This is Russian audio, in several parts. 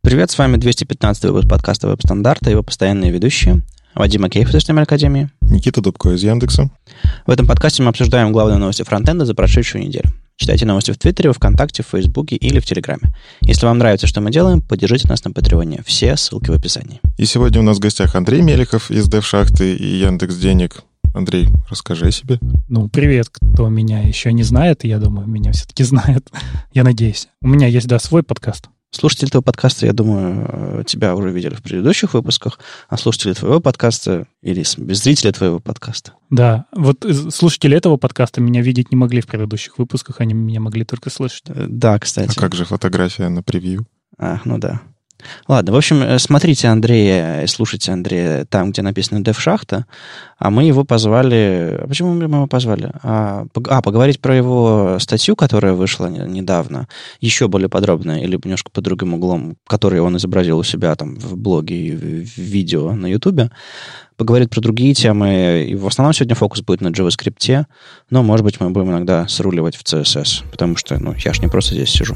Привет, с вами 215 выпуск подкаста «Веб-стандарта» и его постоянные ведущие Вадим Макеев из HTML Академии, Никита Дубко из Яндекса. В этом подкасте мы обсуждаем главные новости фронтенда за прошедшую неделю. Читайте новости в Твиттере, ВКонтакте, в Фейсбуке или в Телеграме. Если вам нравится, что мы делаем, поддержите нас на Патреоне. Все ссылки в описании. И сегодня у нас в гостях Андрей Мелехов из DevShachты и Яндекс.Денег. Андрей, расскажи о себе. Привет, кто меня еще не знает, я думаю, меня все-таки знает. Я надеюсь. У меня есть, свой подкаст. Слушатели этого подкаста, я думаю, тебя уже видели в предыдущих выпусках, а слушатели твоего подкаста или зрители твоего подкаста. Да, вот слушатели этого подкаста меня видеть не могли в предыдущих выпусках, они меня могли только слышать. Да, кстати. А как же фотография на превью? Ну да. Ладно, в общем, смотрите Андрея, слушайте Андрея там, где написано DevShachta, а мы его позвали... А почему мы его позвали? Поговорить про его статью, которая вышла недавно, еще более подробно или немножко под другим углом, который он изобразил у себя там в блоге и в видео на Ютубе, поговорить про другие темы, и в основном сегодня фокус будет на JavaScript, но, может быть, мы будем иногда сруливать в CSS, потому что, я ж не просто здесь сижу.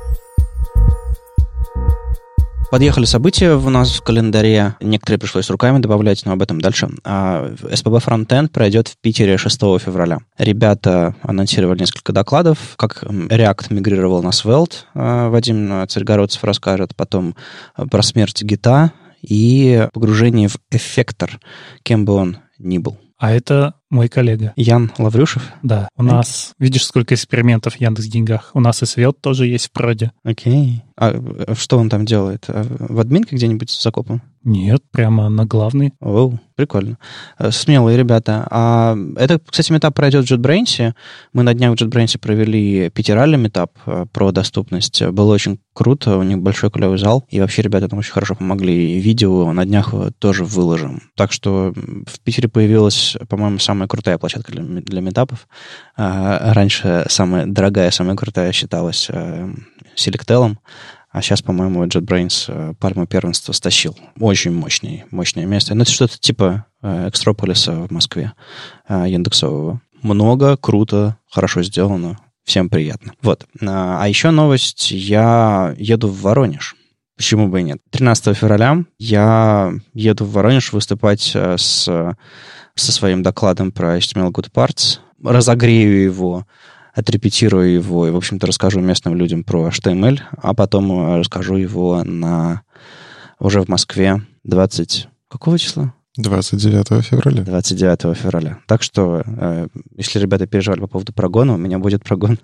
Подъехали события у нас в календаре. Некоторые пришлось руками добавлять, но об этом дальше. SPB Frontend пройдет в Питере 6 февраля. Ребята анонсировали несколько докладов, как React мигрировал на Svelte. Вадим Царьгородцев расскажет. Потом про смерть Гита и погружение в эффектор, кем бы он ни был. А это мой коллега. Ян Лаврюшев? Да. У нас, видишь, сколько экспериментов в Яндекс.Деньгах. У нас и Svelte тоже есть в проде. Окей. А что он там делает? В админке где-нибудь закопан? Нет, прямо на главный. О, прикольно. Смелые ребята. Это, кстати, метап пройдет в JetBrains. Мы на днях в JetBrains провели питеральный метап про доступность. Было очень круто, у них большой клевый зал. И вообще ребята там очень хорошо помогли. И видео на днях тоже выложим. Так что в Питере появилась, по-моему, самая крутая площадка для метапов. Раньше самая дорогая, самая крутая считалась Selectel. А сейчас, по-моему, JetBrains пальму первенства стащил. Очень мощное место. Это что-то типа Экстрополиса в Москве, яндексового. Много, круто, хорошо сделано. Всем приятно. Вот. А еще новость. Я еду в Воронеж. Почему бы и нет? 13 февраля я еду в Воронеж выступать со своим докладом про HTML Good Parts. Разогрею его, отрепетирую его и, в общем-то, расскажу местным людям про HTML, а потом расскажу его уже в Москве 20... Какого числа? 29 февраля. 29 февраля. Так что, если ребята переживали по поводу прогона, у меня будет прогон.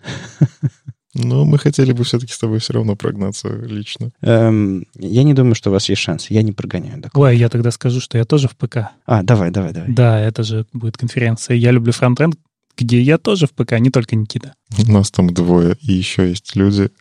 Мы хотели бы все-таки с тобой все равно прогнаться лично. Я не думаю, что у вас есть шанс. Я не прогоняю. Ой, я тогда скажу, что я тоже в ПК. Давай. Да, это же будет конференция «Я люблю фронтенд», где я тоже в ПК, не только Никита. У нас там двое, и еще есть люди.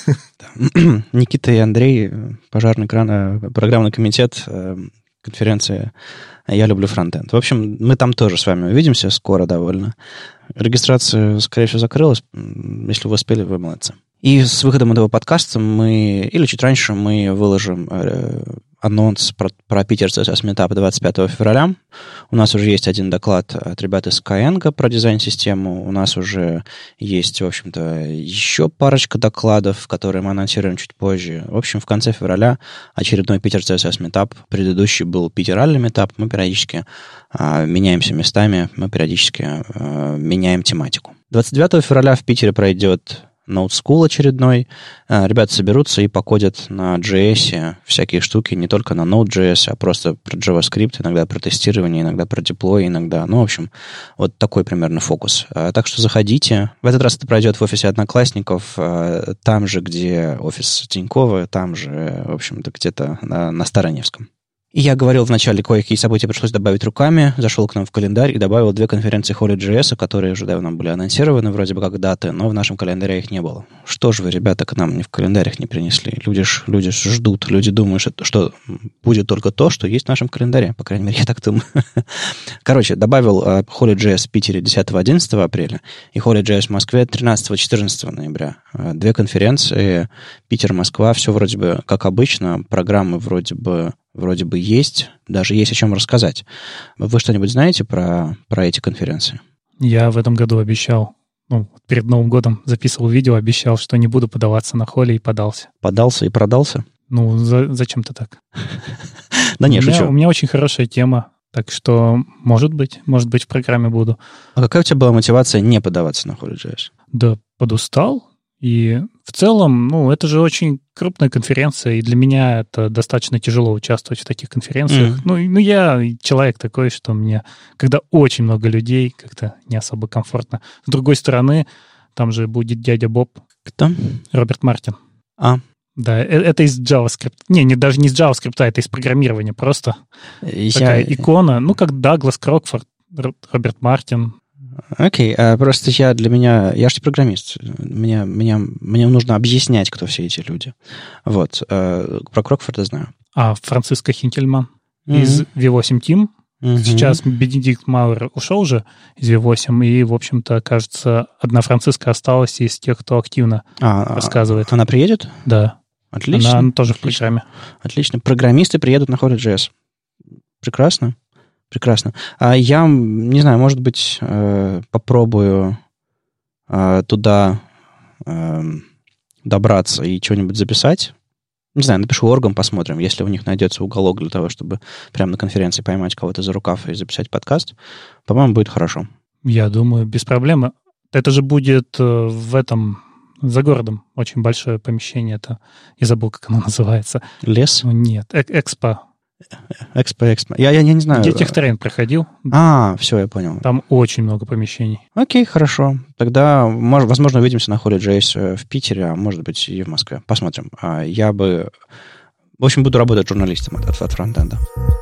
Никита и Андрей, пожарный программный комитет конференции «Я люблю фронтенд». В общем, мы там тоже с вами увидимся скоро довольно. Регистрация, скорее всего, закрылась. Если вы успели, вы молодцы. И с выходом этого подкаста или чуть раньше мы выложим анонс про Питер CSS Meetup 25 февраля. У нас уже есть один доклад от ребят из Skyeng про дизайн-систему. У нас уже есть, в общем-то, еще парочка докладов, которые мы анонсируем чуть позже. В общем, в конце февраля очередной Питер CSS Meetup. Предыдущий был питеральный метап. Мы периодически меняемся местами, мы периодически меняем тематику. 29 февраля в Питере пройдет Node School очередной. Ребята соберутся и покодят на JS всякие штуки, не только на Node.js, а просто про JavaScript, иногда про тестирование, иногда про деплой, иногда. В общем, вот такой примерно фокус. Так что заходите. В этот раз это пройдет в офисе Одноклассников, там же, где офис Тинькова, там же, в общем-то, где-то на Староневском. И я говорил вначале, кое-какие события пришлось добавить руками, зашел к нам в календарь и добавил 2 конференции Holy.js, которые уже давно были анонсированы, вроде бы как даты, но в нашем календаре их не было. Что же вы, ребята, к нам в календарях не принесли? Люди ждут, люди думают, что будет только то, что есть в нашем календаре. По крайней мере, я так думаю. Короче, добавил Holy.js в Питере 10-11 апреля и Holy.js в Москве 13-14 ноября. 2 конференции, Питер, Москва, все вроде бы как обычно, программы вроде бы есть, даже есть о чем рассказать. Вы что-нибудь знаете про эти конференции? Я в этом году обещал, перед Новым годом записывал видео, обещал, что не буду подаваться на Холли, и подался. Подался и продался? Ну, зачем ты так? Да не, шучу. У меня очень хорошая тема, так что, может быть, в программе буду. А какая у тебя была мотивация не подаваться на Holy.js? Да, подустал. И в целом, ну, это же очень крупная конференция, и для меня это достаточно тяжело участвовать в таких конференциях. Ну, я человек такой, что мне, когда очень много людей, как-то не особо комфортно. С другой стороны, там же будет дядя Боб. Кто? Роберт Мартин. Да, это из JavaScript. Даже не из JavaScript, это из программирования просто. Такая икона, ну, как Даглас Крокфорд, Роберт Мартин. Окей, просто я же не программист. Мне нужно объяснять, кто все эти люди. Вот, про Крокфорда знаю. Франциско Хинкельман из V8 Team. Сейчас Бенедикт Мауэр ушел уже из V8, и, в общем-то, кажется, одна Франциска осталась из тех, кто активно рассказывает. Она приедет? Да. Отлично. Она тоже в программе. Отлично. Программисты приедут на Holy.js. Прекрасно. Я, не знаю, может быть, попробую туда добраться и что-нибудь записать. Не знаю, напишу оргам, посмотрим, если у них найдется уголок для того, чтобы прямо на конференции поймать кого-то за рукав и записать подкаст. По-моему, будет хорошо. Я думаю, без проблем. Это же будет за городом очень большое помещение. Я забыл, как оно называется. Лес? Нет, Экспо. Экспо. Я не знаю. Где Техтрейн проходил. Все, я понял. Там очень много помещений. Окей, хорошо. Тогда, возможно, увидимся на Holy.js в Питере, а может быть и в Москве. Посмотрим. В общем, буду работать журналистом от фронтенда.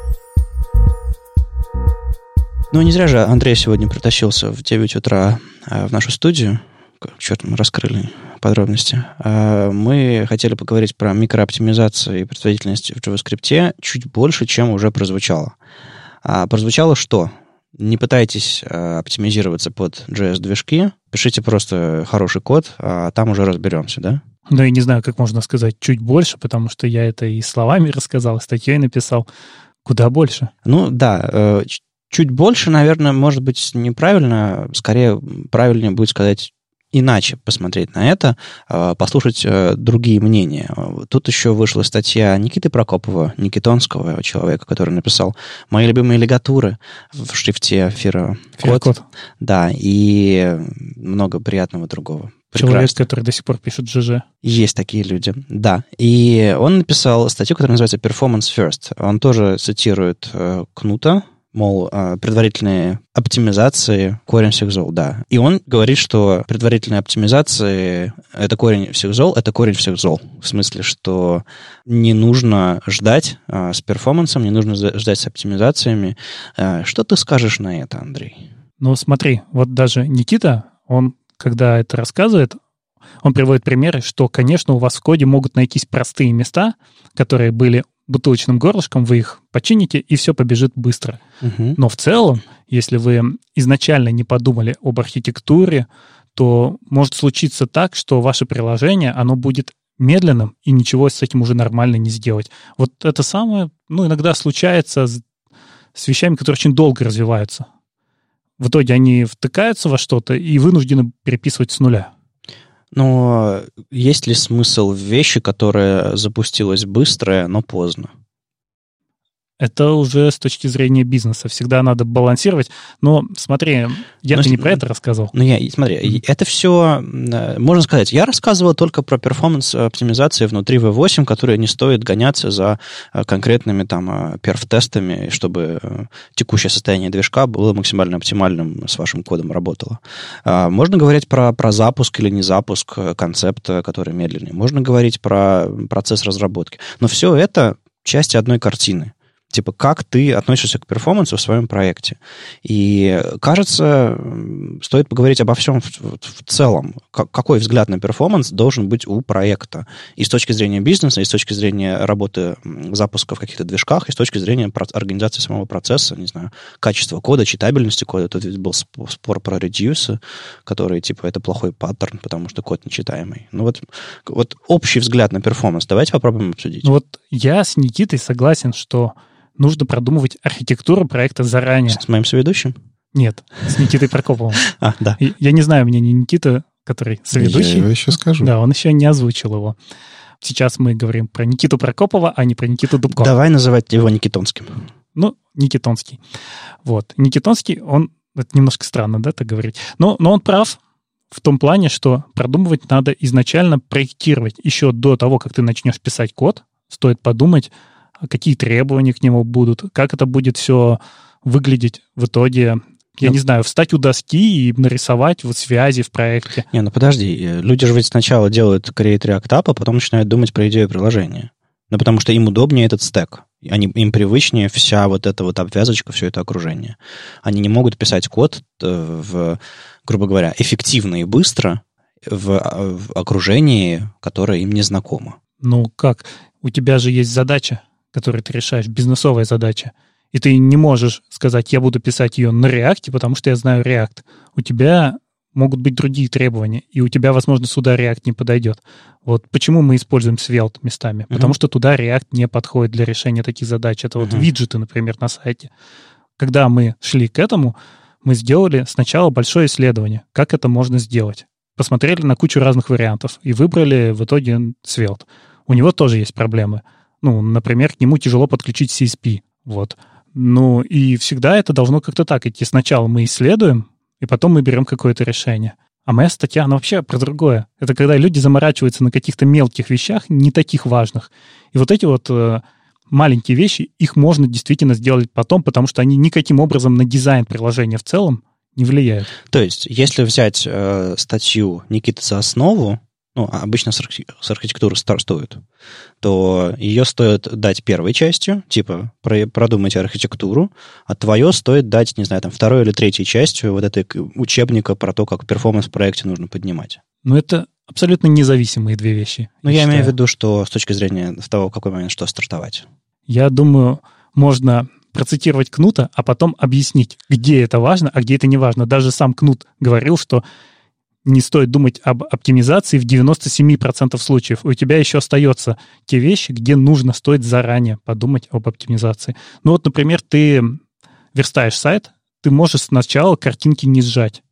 Ну, не зря же Андрей сегодня притащился в 9 утра в нашу студию. Черт, мы раскрыли подробности. Мы хотели поговорить про микрооптимизацию и производительность в JavaScript чуть больше, чем уже прозвучало. Прозвучало что? Не пытайтесь оптимизироваться под JS-движки, пишите просто хороший код, а там уже разберемся, да? Ну, я не знаю, как можно сказать чуть больше, потому что я это и словами рассказал, и статьей написал. Куда больше? Ну, да. Чуть больше, наверное, может быть неправильно. Скорее, правильнее будет сказать иначе посмотреть на это, послушать другие мнения. Тут еще вышла статья Никиты Прокопова, никитонского человека, который написал «Мои любимые лигатуры» в шрифте Фирокод. Да, и много приятного другого. Человек, который до сих пор пишет ЖЖ. Есть такие люди, да. И он написал статью, которая называется «Performance First». Он тоже цитирует Кнута, мол, предварительные оптимизации — корень всех зол, да. И он говорит, что предварительные оптимизации — это корень всех зол, В смысле, что не нужно ждать с перформансом, не нужно ждать с оптимизациями. Что ты скажешь на это, Андрей? Ну, смотри, вот даже Никита, он, когда это рассказывает, он приводит примеры, что, конечно, у вас в коде могут найтись простые места, которые были бутылочным горлышком, вы их почините, и все побежит быстро. Но в целом, если вы изначально не подумали об архитектуре, то может случиться так, что ваше приложение, оно будет медленным, и ничего с этим уже нормально не сделать. Вот это самое, иногда случается с вещами, которые очень долго развиваются. В итоге они втыкаются во что-то и вынуждены переписывать с нуля. Но есть ли смысл в вещи, которая запустилась быстро, но поздно? Это уже с точки зрения бизнеса. Всегда надо балансировать. Но смотри, я-то не про это рассказывал. Смотри, это все, можно сказать, я рассказывал только про перформанс-оптимизации внутри V8, которые не стоит гоняться за конкретными там перф-тестами, чтобы текущее состояние движка было максимально оптимальным, с вашим кодом работало. Можно говорить про запуск или не запуск концепта, который медленный. Можно говорить про процесс разработки. Но все это части одной картины. Типа, как ты относишься к перформансу в своем проекте. И, кажется, стоит поговорить обо всем в целом. Какой взгляд на перформанс должен быть у проекта. И с точки зрения бизнеса, и с точки зрения работы запуска в каких-то движках, и с точки зрения организации самого процесса, не знаю, качества кода, читабельности кода. Тут ведь был спор про редюсы, который, типа, это плохой паттерн, потому что код нечитаемый. Ну вот общий взгляд на перформанс давайте попробуем обсудить. Вот я с Никитой согласен, что нужно продумывать архитектуру проекта заранее. С моим соведущим? Нет, с Никитой Прокоповым. Да. Я не знаю, у меня не Никита, который соведущий. Я его еще скажу. Да, он еще не озвучил его. сейчас мы говорим про Никиту Прокопова, а не про Никиту Дубкова. Давай называть его Никитонским. Ну, Никитонский. Вот. Никитонский, это немножко странно, да, так говорить, но он прав в том плане, что продумывать надо изначально проектировать. Еще до того, как ты начнешь писать код, стоит подумать, какие требования к нему будут, как это будет все выглядеть в итоге. Я не знаю, встать у доски и нарисовать вот связи в проекте. Не, ну подожди, люди же ведь сначала делают Create React App, а потом начинают думать про идею приложения. Ну, потому что им удобнее этот стэк. Им привычнее вся вот эта вот обвязочка, все это окружение. Они не могут писать код, грубо говоря, эффективно и быстро в окружении, которое им не знакомо. Ну как? У тебя же есть задача, которую ты решаешь, бизнесовая задача. И ты не можешь сказать, я буду писать ее на React, потому что я знаю React. У тебя могут быть другие требования, и у тебя, возможно, сюда React не подойдет. Вот почему мы используем Svelte местами? Потому что туда React не подходит для решения таких задач. Это вот виджеты, например, на сайте. Когда мы шли к этому, мы сделали сначала большое исследование, как это можно сделать. Посмотрели на кучу разных вариантов и выбрали в итоге Svelte. У него тоже есть проблемы. Ну, например, к нему тяжело подключить CSP. Вот. Ну, и всегда это должно как-то так идти. Сначала мы исследуем, и потом мы берем какое-то решение. А моя статья, она вообще про другое. Это когда люди заморачиваются на каких-то мелких вещах, не таких важных. И вот эти вот маленькие вещи, их можно действительно сделать потом, потому что они никаким образом на дизайн приложения в целом не влияют. То есть, если взять статью Никиты за основу, ну, обычно с архитектуры стартует, то ее стоит дать первой частью, типа продумать архитектуру, а твое стоит дать, не знаю, там, второй или третьей частью вот этой учебника про то, как перформанс в проекте нужно поднимать. Ну, это абсолютно независимые две вещи. Ну, я имею в виду, что с точки зрения того, в какой момент что стартовать. Я думаю, можно процитировать Кнута, а потом объяснить, где это важно, а где это не важно. Даже сам Кнут говорил, что не стоит думать об оптимизации в 97% случаев. У тебя еще остаются те вещи, где стоит заранее подумать об оптимизации. Ну вот, например, ты верстаешь сайт, ты можешь сначала картинки не сжать,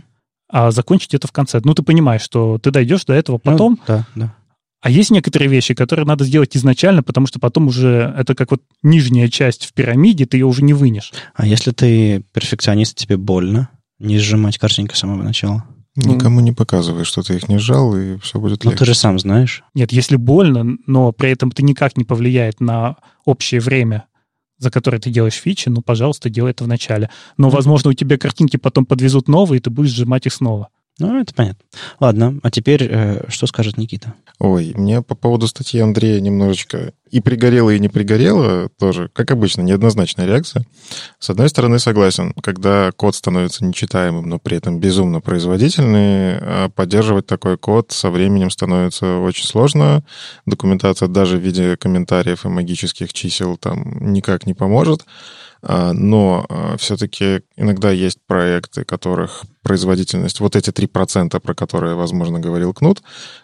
а закончить это в конце. Ну, ты понимаешь, что ты дойдешь до этого потом. Ну, да. А есть некоторые вещи, которые надо сделать изначально, потому что потом уже это как вот нижняя часть в пирамиде, ты ее уже не вынешь. А если ты перфекционист, тебе больно не сжимать картинки с самого начала? Никому не показывай, что ты их не сжал, и все будет легче. Ну, ты же сам знаешь. Нет, если больно, но при этом ты никак не повлияет на общее время, за которое ты делаешь фичи, ну, пожалуйста, делай это в начале. Но, возможно, у тебя картинки потом подвезут новые, и ты будешь сжимать их снова. Ну, это понятно. Ладно, а теперь что скажет Никита? Ой, мне по поводу статьи Андрея немножечко и пригорело, и не пригорело тоже, как обычно, неоднозначная реакция. С одной стороны, согласен, когда код становится нечитаемым, но при этом безумно производительный, а поддерживать такой код со временем становится очень сложно. Документация даже в виде комментариев и магических чисел там никак не поможет. Но все-таки иногда есть проекты, которых производительность, вот эти 3%, про которые, возможно, говорил Кнут,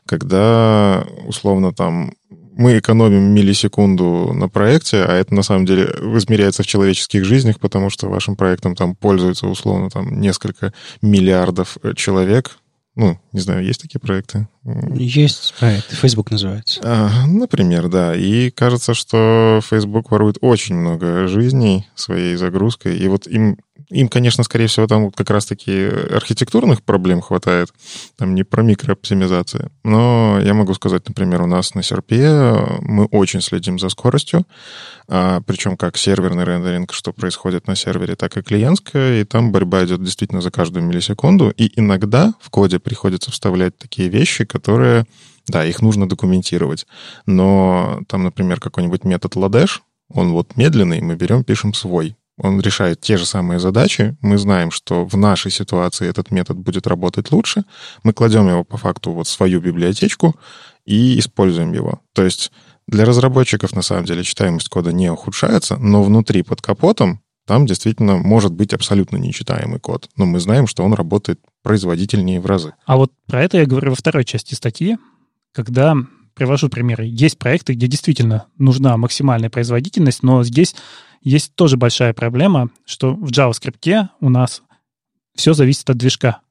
когда, условно, там мы экономим миллисекунду на проекте, а это, на самом деле, измеряется в человеческих жизнях, потому что вашим проектом там пользуются, условно, там несколько миллиардов человек. Ну, не знаю, есть такие проекты? Есть проекты, Facebook называется. Например, да. И кажется, что Facebook ворует очень много жизней своей загрузкой. И вот им, конечно, скорее всего, там как раз-таки архитектурных проблем хватает. Там не про микрооптимизации. Но я могу сказать, например, у нас на серпе мы очень следим за скоростью. Причем как серверный рендеринг, что происходит на сервере, так и клиентское. И там борьба идет действительно за каждую миллисекунду. И иногда в коде приходится вставлять такие вещи, которые, да, их нужно документировать. Но там, например, какой-нибудь метод Ladesh, он вот медленный, мы берем, пишем свой. Он решает те же самые задачи. Мы знаем, что в нашей ситуации этот метод будет работать лучше. Мы кладем его по факту вот в свою библиотечку и используем его. То есть для разработчиков, на самом деле, читаемость кода не ухудшается, но внутри, под капотом, там действительно может быть абсолютно нечитаемый код. Но мы знаем, что он работает производительнее в разы. А вот про это я говорю во второй части статьи, когда привожу примеры. Есть проекты, где действительно нужна максимальная производительность, но здесь есть тоже большая проблема, что в JavaScript у нас все зависит от движка.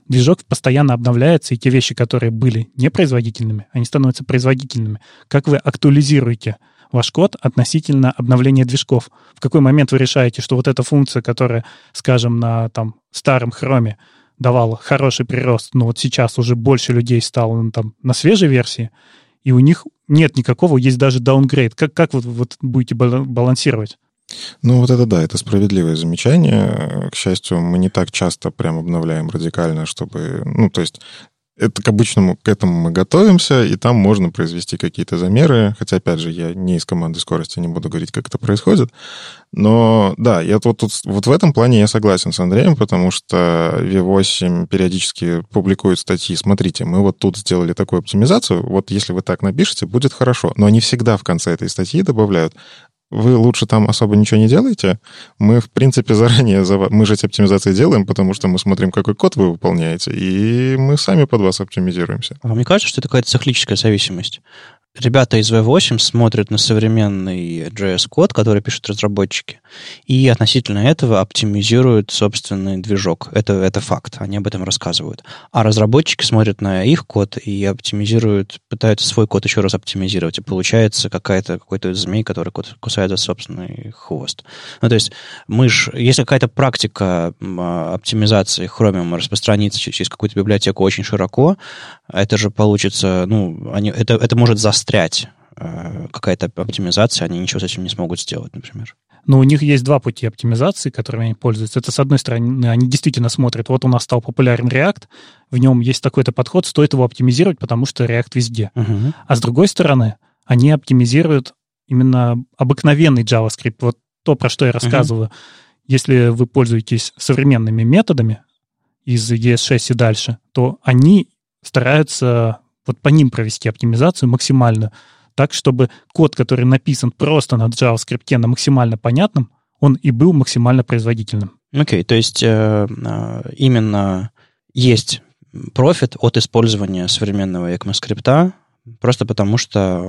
Движок постоянно обновляется, и те вещи, которые были непроизводительными, они становятся производительными. Как вы актуализируете ваш код относительно обновления движков? В какой момент вы решаете, что вот эта функция, которая, скажем, на там, старом хроме давала хороший прирост, но вот сейчас уже больше людей стало на свежей версии, и у них нет никакого, есть даже даунгрейд. Как вы будете балансировать? Ну, вот это да, это справедливое замечание. К счастью, мы не так часто прям обновляем радикально, чтобы... Ну, то есть это к этому мы готовимся, и там можно произвести какие-то замеры. Хотя, опять же, я не из команды скорости, не буду говорить, как это происходит. Но да, я вот в этом плане я согласен с Андреем, потому что V8 периодически публикует статьи. Смотрите, мы вот тут сделали такую оптимизацию, вот если вы так напишете, будет хорошо. Но они всегда в конце этой статьи добавляют: вы лучше там особо ничего не делаете. Мы, в принципе, заранее... Мы же эти оптимизации делаем, потому что мы смотрим, какой код вы выполняете, и мы сами под вас оптимизируемся. А мне кажется, что это какая-то циклическая зависимость. Ребята из V8 смотрят на современный JS-код, который пишут разработчики, и относительно этого оптимизируют собственный движок. Это факт, они об этом рассказывают. А разработчики смотрят на их код и оптимизируют, пытаются свой код еще раз оптимизировать, и получается какой-то змей, который кусает за собственный хвост. Ну, то есть если какая-то практика оптимизации Chromium распространится через какую-то библиотеку очень широко, это же получится, это может застрять какая-то оптимизация, они ничего с этим не смогут сделать, например. Но у них есть два пути оптимизации, которыми они пользуются. Это, с одной стороны, они действительно смотрят, вот у нас стал популярен React, в нем есть такой-то подход, стоит его оптимизировать, потому что React везде. Uh-huh. А с другой стороны, они оптимизируют именно обыкновенный JavaScript. Вот то, про что я рассказываю. Uh-huh. Если вы пользуетесь современными методами из ES6 и дальше, то они стараются вот по ним провести оптимизацию максимально, так, чтобы код, который написан просто на JavaScript, на максимально понятном, он и был максимально производительным. Окей, то есть именно есть профит от использования современного ECMAScript, просто потому что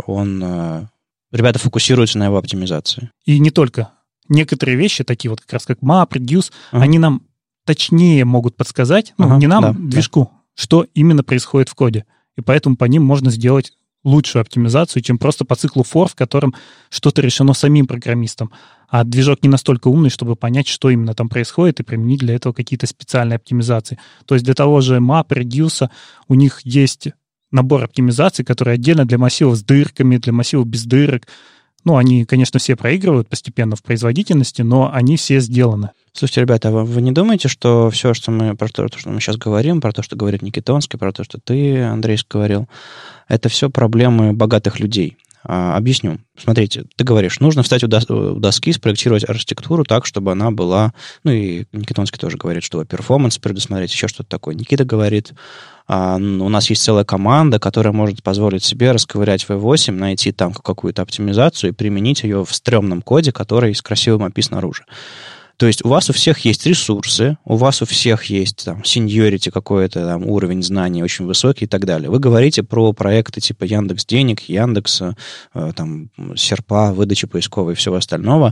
ребята фокусируются на его оптимизации. И не только. Некоторые вещи, такие вот как раз как map, reduce, они нам точнее могут подсказать, не нам, движку, что именно происходит в коде. И поэтому по ним можно сделать лучшую оптимизацию, чем просто по циклу for, в котором что-то решено самим программистом. А движок не настолько умный, чтобы понять, что именно там происходит, и применить для этого какие-то специальные оптимизации. То есть для того же map, reduce у них есть набор оптимизаций, которые отдельно для массивов с дырками, для массивов без дырок. Они, конечно, все проигрывают постепенно в производительности, но они все сделаны. Слушайте, ребята, вы не думаете, что все, про то, что мы сейчас говорим, про то, что говорит Никитонский, про то, что ты, Андрей, говорил, это все проблемы богатых людей? Объясню. Смотрите, ты говоришь, нужно встать у доски, спроектировать архитектуру так, чтобы она была... и Никитонский тоже говорит, что перформанс предусмотреть, еще что-то такое. Никита говорит, у нас есть целая команда, которая может позволить себе расковырять V8, найти там какую-то оптимизацию и применить ее в стрёмном коде, который с красивым API снаружи. То есть у вас у всех есть ресурсы, у вас у всех есть там seniority какой-то, там, уровень знаний очень высокий и так далее. Вы говорите про проекты типа Яндекс.Денег, Яндекса, там, Серпа, выдачи поисковой и всего остального.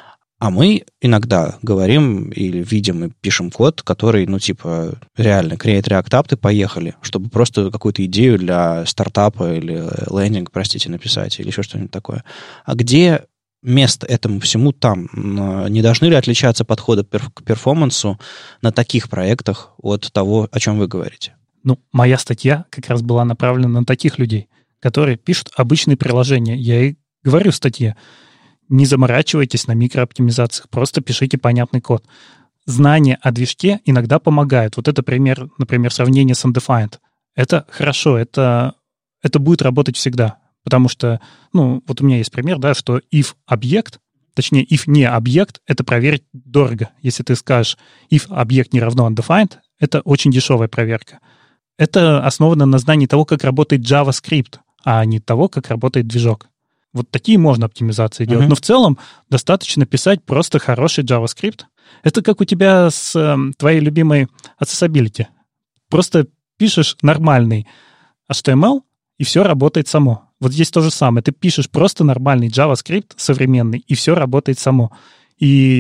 А мы иногда говорим или видим и пишем код, который, реально, create React App, и поехали, чтобы просто какую-то идею для стартапа или лендинг, написать, или еще что-нибудь такое. А где место этому всему там? Не должны ли отличаться подходы к перформансу на таких проектах от того, о чем вы говорите? Моя статья как раз была направлена на таких людей, которые пишут обычные приложения. Я и говорю в статье, не заморачивайтесь на микрооптимизациях, просто пишите понятный код. Знания о движке иногда помогают. Вот это пример, например, сравнение с undefined. Это хорошо, это будет работать всегда. Потому что, вот у меня есть пример, да, что if объект, точнее, if не объект, это проверить дорого. Если ты скажешь if объект не равно undefined, это очень дешевая проверка. Это основано на знании того, как работает JavaScript, а не того, как работает движок. Вот такие можно оптимизации делать. Но в целом достаточно писать просто хороший JavaScript. Это как у тебя с твоей любимой accessibility. Просто пишешь нормальный HTML, и все работает само. Вот здесь то же самое. Ты пишешь просто нормальный JavaScript современный, и все работает само. И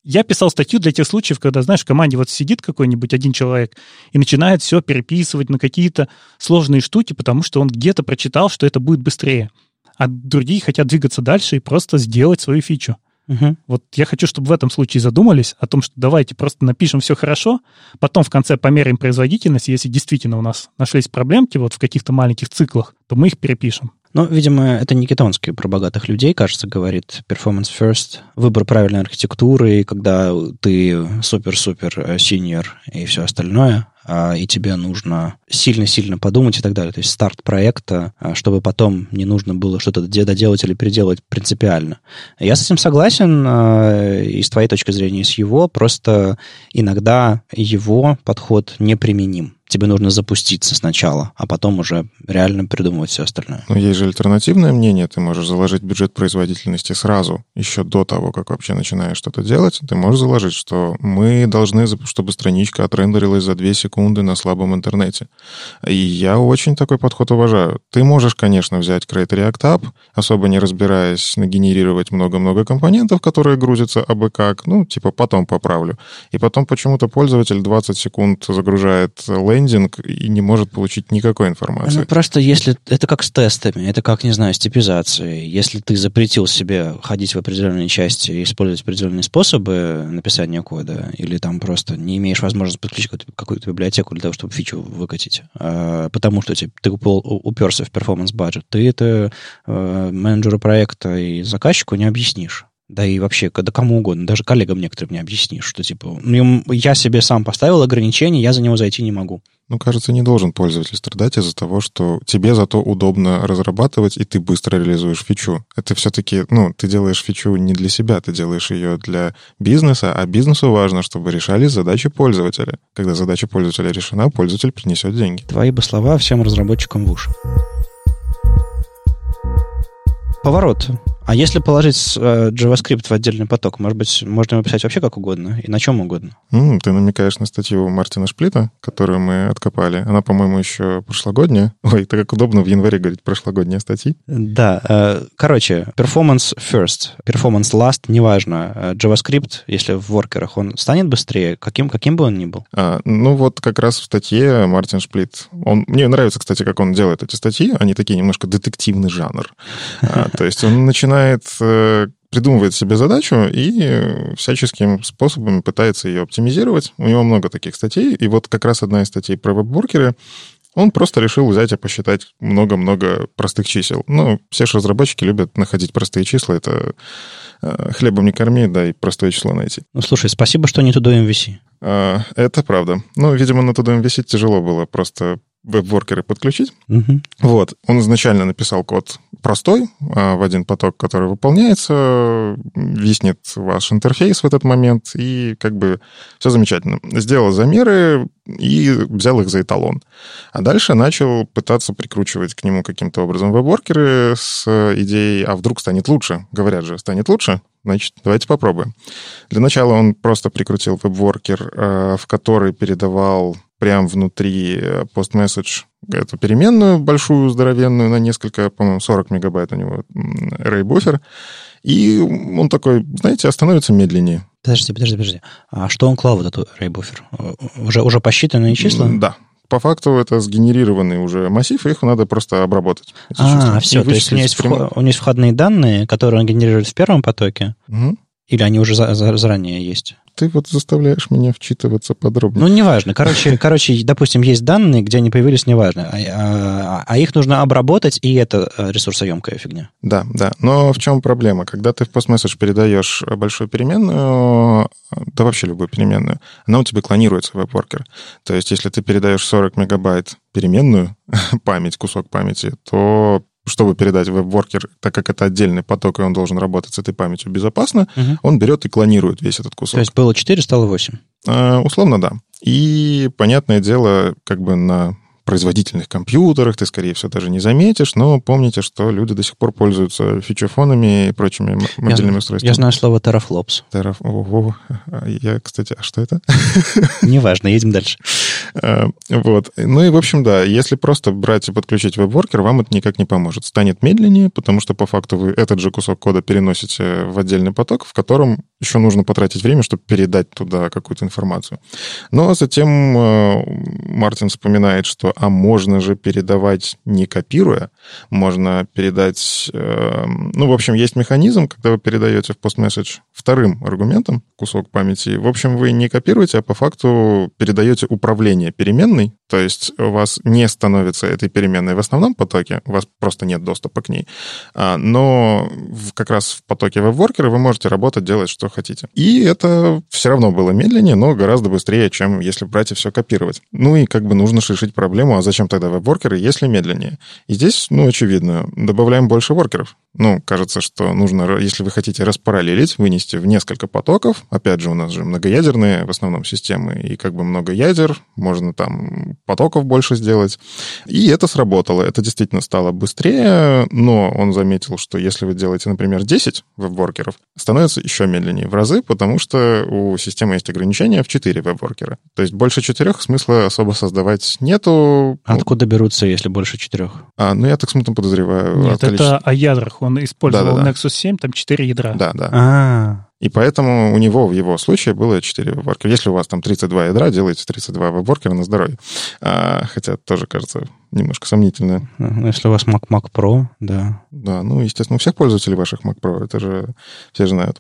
Я писал статью для тех случаев, когда, знаешь, в команде вот сидит какой-нибудь один человек и начинает все переписывать на какие-то сложные штуки, потому что он где-то прочитал, что это будет быстрее. А другие хотят двигаться дальше и просто сделать свою фичу. Угу. Вот я хочу, чтобы в этом случае задумались о том, что давайте просто напишем все хорошо, потом в конце померяем производительность, если действительно у нас нашлись проблемки вот в каких-то маленьких циклах, то мы их перепишем. Ну, видимо, это не Никитонский про богатых людей, кажется, говорит performance first, выбор правильной архитектуры, когда ты супер-супер синьор и все остальное, и тебе нужно сильно-сильно подумать и так далее. То есть старт проекта, чтобы потом не нужно было что-то доделать или переделать принципиально. Я с этим согласен, и с твоей точки зрения, и с его, просто иногда его подход неприменим. Тебе нужно запуститься сначала, а потом уже реально придумывать все остальное. Но есть же альтернативное мнение. Ты можешь заложить бюджет производительности сразу, еще до того, как вообще начинаешь что-то делать. Ты можешь заложить, что мы должны, чтобы страничка отрендерилась за 2 секунды на слабом интернете. И я очень такой подход уважаю. Ты можешь, конечно, взять Create React App, особо не разбираясь, нагенерировать много-много компонентов, которые грузятся абы как, потом поправлю. И потом почему-то пользователь 20 секунд загружает лендинг и не может получить никакой информации. Ну, просто если... Это как с тестами, это как, не знаю, с типизацией. Если ты запретил себе ходить в определенные части и использовать определенные способы написания кода, или там просто не имеешь возможности подключить какую-то библиотеку для того, чтобы фичу выкатить, потому что ты уперся в перформанс-баджет, ты это менеджеру проекта и заказчику не объяснишь. Да и вообще, да кому угодно, даже коллегам некоторым не объяснишь, что я себе сам поставил ограничение, я за него зайти не могу. Кажется, не должен пользователь страдать из-за того, что тебе зато удобно разрабатывать, и ты быстро реализуешь фичу. Это все-таки, ты делаешь фичу не для себя, ты делаешь ее для бизнеса, а бизнесу важно, чтобы решались задачи пользователя. Когда задача пользователя решена, пользователь принесет деньги. Твои бы слова всем разработчикам в уши. Поворот. А если положить JavaScript в отдельный поток, может быть, можно его писать вообще как угодно и на чем угодно? Ты намекаешь на статью Мартина Шплита, которую мы откопали. Она, по-моему, еще прошлогодняя. Ой, это как удобно в январе говорить прошлогодние статьи. Да. Короче, performance first, performance last, неважно. JavaScript, если в воркерах, он станет быстрее, каким бы он ни был? Как раз в статье Мартин Шплит. Мне нравится, кстати, как он делает эти статьи. Они такие немножко детективный жанр. То есть он придумывает себе задачу и всяческими способами пытается ее оптимизировать. У него много таких статей. И вот как раз одна из статей про веб-воркеры. Он просто решил взять и посчитать много-много простых чисел. Все же разработчики любят находить простые числа. Это хлебом не корми, да, и простое число найти. Слушай, спасибо, что не туда MVC. Это правда. Видимо, на туда MVC тяжело было просто веб-воркеры подключить. Угу. Он изначально написал код простой, в один поток, который выполняется, виснет ваш интерфейс в этот момент, и все замечательно. Сделал замеры и взял их за эталон. А дальше начал пытаться прикручивать к нему каким-то образом веб-воркеры с идеей, а вдруг станет лучше? Говорят же, станет лучше? Значит, давайте попробуем. Для начала он просто прикрутил веб-воркер, в который передавал прямо внутри post-message эту переменную большую, здоровенную, на несколько, по-моему, 40 мегабайт у него array-буфер. И он такой, знаете, становится медленнее. Подожди. А что он клал, вот эту array-буфер? Уже посчитанные числа? Да. По факту это сгенерированный уже массив, и их надо просто обработать. Все. То есть у него есть входные данные, которые он генерирует в первом потоке? Угу. Или они уже заранее есть? Ты заставляешь меня вчитываться подробнее. Неважно. Короче, допустим, есть данные, где они появились, неважно. А их нужно обработать, и это ресурсоемкая фигня. Да. Но в чем проблема? Когда ты в постмесседж передаешь большую переменную, да вообще любую переменную, она у тебя клонируется в веб-воркер. То есть, если ты передаешь 40 мегабайт переменную, кусок памяти, то чтобы передать в веб-воркер, так как это отдельный поток, и он должен работать с этой памятью безопасно, он берет и клонирует весь этот кусок. То есть было 4, стало 8? Условно, да. И, понятное дело, на производительных компьютерах ты, скорее всего, даже не заметишь, но помните, что люди до сих пор пользуются фичефонами и прочими мобильными устройствами. Я знаю слово teraflops. Ого. Кстати, а что это? Неважно, едем дальше. И, в общем, да, если просто брать и подключить веб-воркер, вам это никак не поможет. Станет медленнее, потому что по факту вы этот же кусок кода переносите в отдельный поток, в котором еще нужно потратить время, чтобы передать туда какую-то информацию. Но затем Мартин вспоминает, что можно же передавать не копируя, можно передать... в общем, есть механизм, когда вы передаете в постмессидж вторым аргументом кусок памяти. В общем, вы не копируете, а по факту передаете управление переменной, то есть у вас не становится этой переменной в основном потоке, у вас просто нет доступа к ней, но как раз в потоке веб-воркера вы можете работать, делать, что хотите. И это все равно было медленнее, но гораздо быстрее, чем если брать и все копировать. И нужно решить проблему, а зачем тогда веб-воркеры, если медленнее? И здесь, очевидно, добавляем больше воркеров. Кажется, что нужно, если вы хотите распараллелить, вынести в несколько потоков. Опять же, у нас же многоядерные в основном системы, и много ядер, можно там потоков больше сделать. И это сработало. Это действительно стало быстрее, но он заметил, что если вы делаете, например, 10 веб-воркеров, становится еще медленнее в разы, потому что у системы есть ограничения в 4 веб-воркера. То есть больше 4 смысла особо создавать нету. Откуда берутся, если больше 4? Я так смутно подозреваю. Нет, это о ядрах. Он использовал Nexus 7, там 4 ядра. Да. И поэтому у него в его случае было 4 веб-воркера. Если у вас там 32 ядра, делайте 32 веб-воркера на здоровье. Хотя тоже кажется немножко сомнительно. Если у вас Mac Pro, да. Да, естественно, у всех пользователей ваших Mac Pro, это же все знают.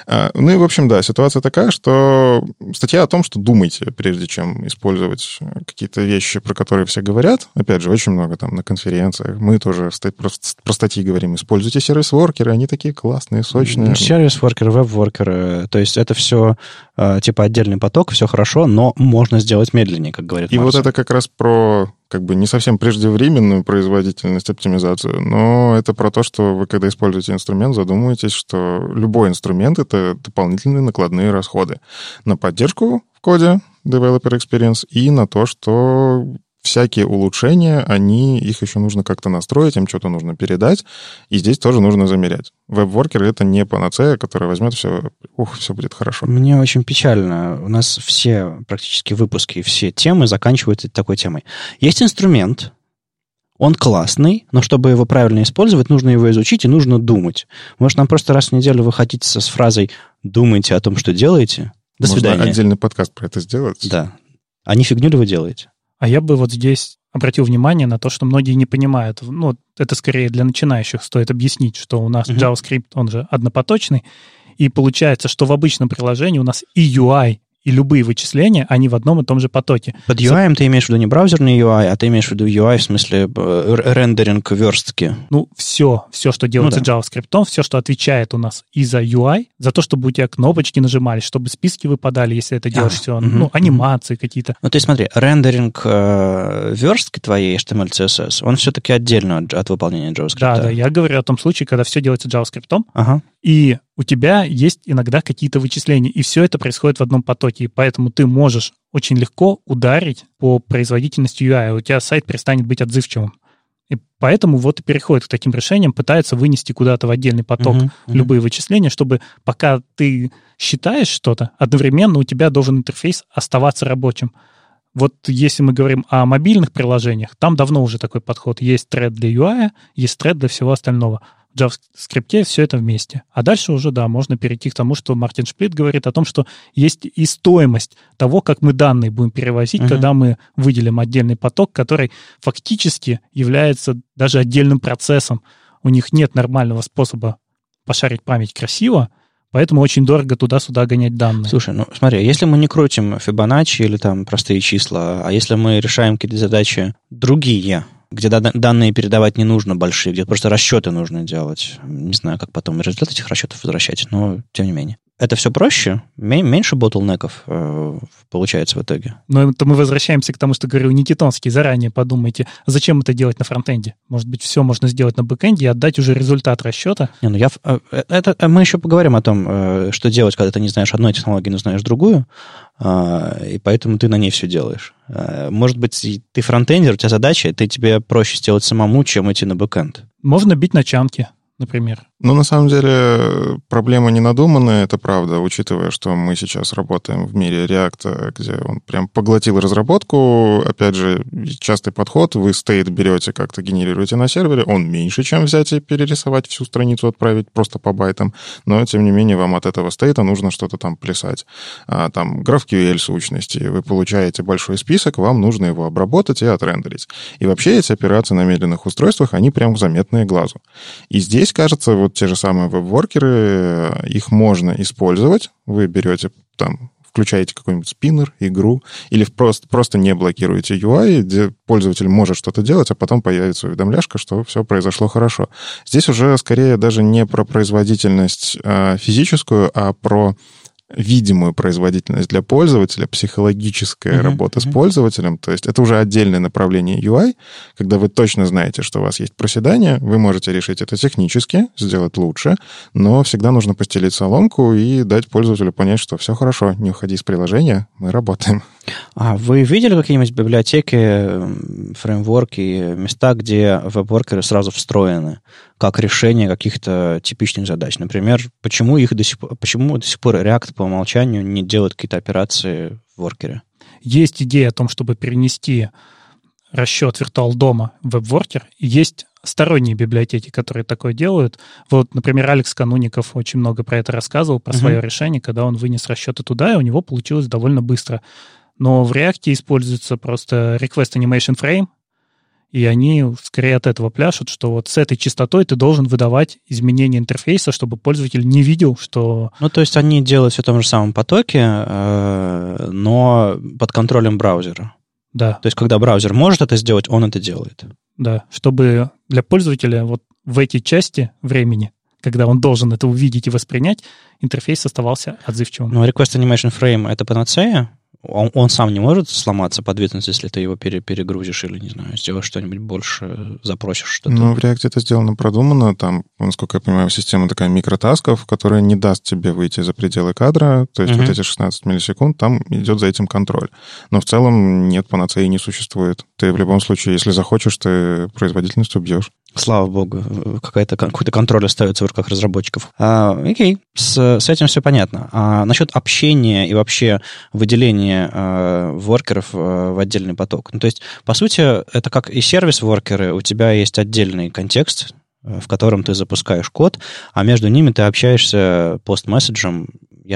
В общем, да, ситуация такая, что статья о том, что думайте, прежде чем использовать какие-то вещи, про которые все говорят. Опять же, очень много там на конференциях. Мы тоже про статьи говорим. Используйте сервис-воркеры, они такие классные, сочные. Сервис-воркеры, веб-воркеры, то есть это все типа отдельный поток, все хорошо, но можно сделать медленнее, как говорит Мартин. И вот это как раз про не совсем преждевременную производительность, оптимизацию, но это про то, что вы, когда используете инструмент, задумываетесь, что любой инструмент — это дополнительные накладные расходы на поддержку в коде Developer Experience и на то, что всякие улучшения, их еще нужно как-то настроить, им что-то нужно передать, и здесь тоже нужно замерять. Веб-воркер — это не панацея, которая возьмет все будет хорошо. Мне очень печально. У нас все практически выпуски, все темы заканчиваются такой темой. Есть инструмент, он классный, но чтобы его правильно использовать, нужно его изучить и нужно думать. Может, нам просто раз в неделю вы хотите с фразой «думайте о том, что делаете»? До свидания. Можно отдельный подкаст про это сделать? Да. А не фигню ли вы делаете? А я бы здесь обратил внимание на то, что многие не понимают. Это скорее для начинающих стоит объяснить, что у нас JavaScript, он же однопоточный, и получается, что в обычном приложении у нас и UI, и любые вычисления, они в одном и том же потоке. Под UI ты имеешь в виду не браузерный UI, а ты имеешь в виду UI в смысле рендеринг верстки. Все, что делается JavaScript, все, что отвечает у нас и за UI, за то, чтобы у тебя кнопочки нажимались, чтобы списки выпадали, если это делаешь все, анимации какие-то. То есть смотри, рендеринг верстки твоей HTML, CSS, он все-таки отдельно от выполнения JavaScript. Да, я говорю о том случае, когда все делается JavaScript, и у тебя есть иногда какие-то вычисления, и все это происходит в одном потоке, и поэтому ты можешь очень легко ударить по производительности UI, у тебя сайт перестанет быть отзывчивым. И поэтому и переходит к таким решениям, пытается вынести куда-то в отдельный поток любые вычисления, чтобы пока ты считаешь что-то, одновременно у тебя должен интерфейс оставаться рабочим. Если мы говорим о мобильных приложениях, там давно уже такой подход. Есть тред для UI, есть тред для всего остального. В JavaScript все это вместе. А дальше уже, можно перейти к тому, что Мартин Шплит говорит о том, что есть и стоимость того, как мы данные будем перевозить, когда мы выделим отдельный поток, который фактически является даже отдельным процессом. У них нет нормального способа пошарить память красиво, поэтому очень дорого туда-сюда гонять данные. Слушай, смотри, если мы не крутим Fibonacci или там простые числа, а если мы решаем какие-то задачи другие, где данные передавать не нужно большие, где просто расчеты нужно делать. Не знаю, как потом результат этих расчетов возвращать, но тем не менее. Это все проще, меньше ботлнеков получается в итоге. Но это мы возвращаемся к тому, что говорил Никитонский. Заранее подумайте, зачем это делать на фронтенде? Может быть, все можно сделать на бэкенде и отдать уже результат расчета? Мы еще поговорим о том, что делать, когда ты не знаешь одной технологии, но знаешь другую, и поэтому ты на ней все делаешь. Может быть, ты фронтендер, у тебя задача, тебе проще сделать самому, чем идти на бэкенд. Можно бить на чанки, например. Ну, на самом деле, проблема не надуманная, это правда, учитывая, что мы сейчас работаем в мире React, где он прям поглотил разработку. Опять же, частый подход, вы стейт берете, как-то генерируете на сервере, он меньше, чем взять и перерисовать всю страницу, отправить просто по байтам, но, тем не менее, вам от этого стейта нужно что-то там плясать. Там GraphQL сущности, вы получаете большой список, вам нужно его обработать и отрендерить. И вообще эти операции на медленных устройствах, они прям заметные глазу. И здесь, кажется, вот те же самые веб-воркеры, их можно использовать. Вы берете там, включаете какой-нибудь спиннер, игру, или просто не блокируете UI, где пользователь может что-то делать, а потом появится уведомляшка, что все произошло хорошо. Здесь уже скорее даже не про производительность физическую, а про видимую производительность для пользователя, психологическая работа с пользователем. То есть это уже отдельное направление UI, когда вы точно знаете, что у вас есть проседание, вы можете решить это технически, сделать лучше, но всегда нужно постелить соломку и дать пользователю понять, что все хорошо, не уходи из приложения, мы работаем. А вы видели какие-нибудь библиотеки, фреймворки, места, где веб-воркеры сразу встроены как решение каких-то типичных задач? Например, почему до сих пор React по умолчанию не делает какие-то операции в воркере? Есть идея о том, чтобы перенести расчет виртуал-дома в веб-воркер. Есть сторонние библиотеки, которые такое делают. Вот, например, Алекс Кануников очень много про это рассказывал, про свое решение, когда он вынес расчеты туда, и у него получилось довольно быстро. Но в React используется просто Request Animation Frame, и они скорее от этого пляшут, что вот с этой частотой ты должен выдавать изменения интерфейса, чтобы пользователь не видел, что... Ну, то есть они делают все в том же самом потоке, но под контролем браузера. Да. То есть когда браузер может это сделать, он это делает. Да, чтобы для пользователя вот в эти части времени, когда он должен это увидеть и воспринять, интерфейс оставался отзывчивым. Ну, Request Animation Frame — это панацея? Он сам не может сломаться, подвинуться, если ты его перегрузишь или, не знаю, сделаешь что-нибудь больше, запросишь что-то? Ну, в React это сделано продуманно. Там, насколько я понимаю, система такая микротасков, которая не даст тебе выйти за пределы кадра. То есть вот эти 16 миллисекунд, там идет за этим контроль. Но в целом нет, панацеи не существует. Ты в любом случае, если захочешь, ты производительность убьешь. Слава богу, какой-то контроль остается в руках разработчиков. Окей, с этим все понятно. А насчет общения и вообще выделения воркеров в отдельный поток. Ну, то есть, по сути, это как и сервис-воркеры, у тебя есть отдельный контекст, в котором ты запускаешь код, а между ними ты общаешься пост-месседжем.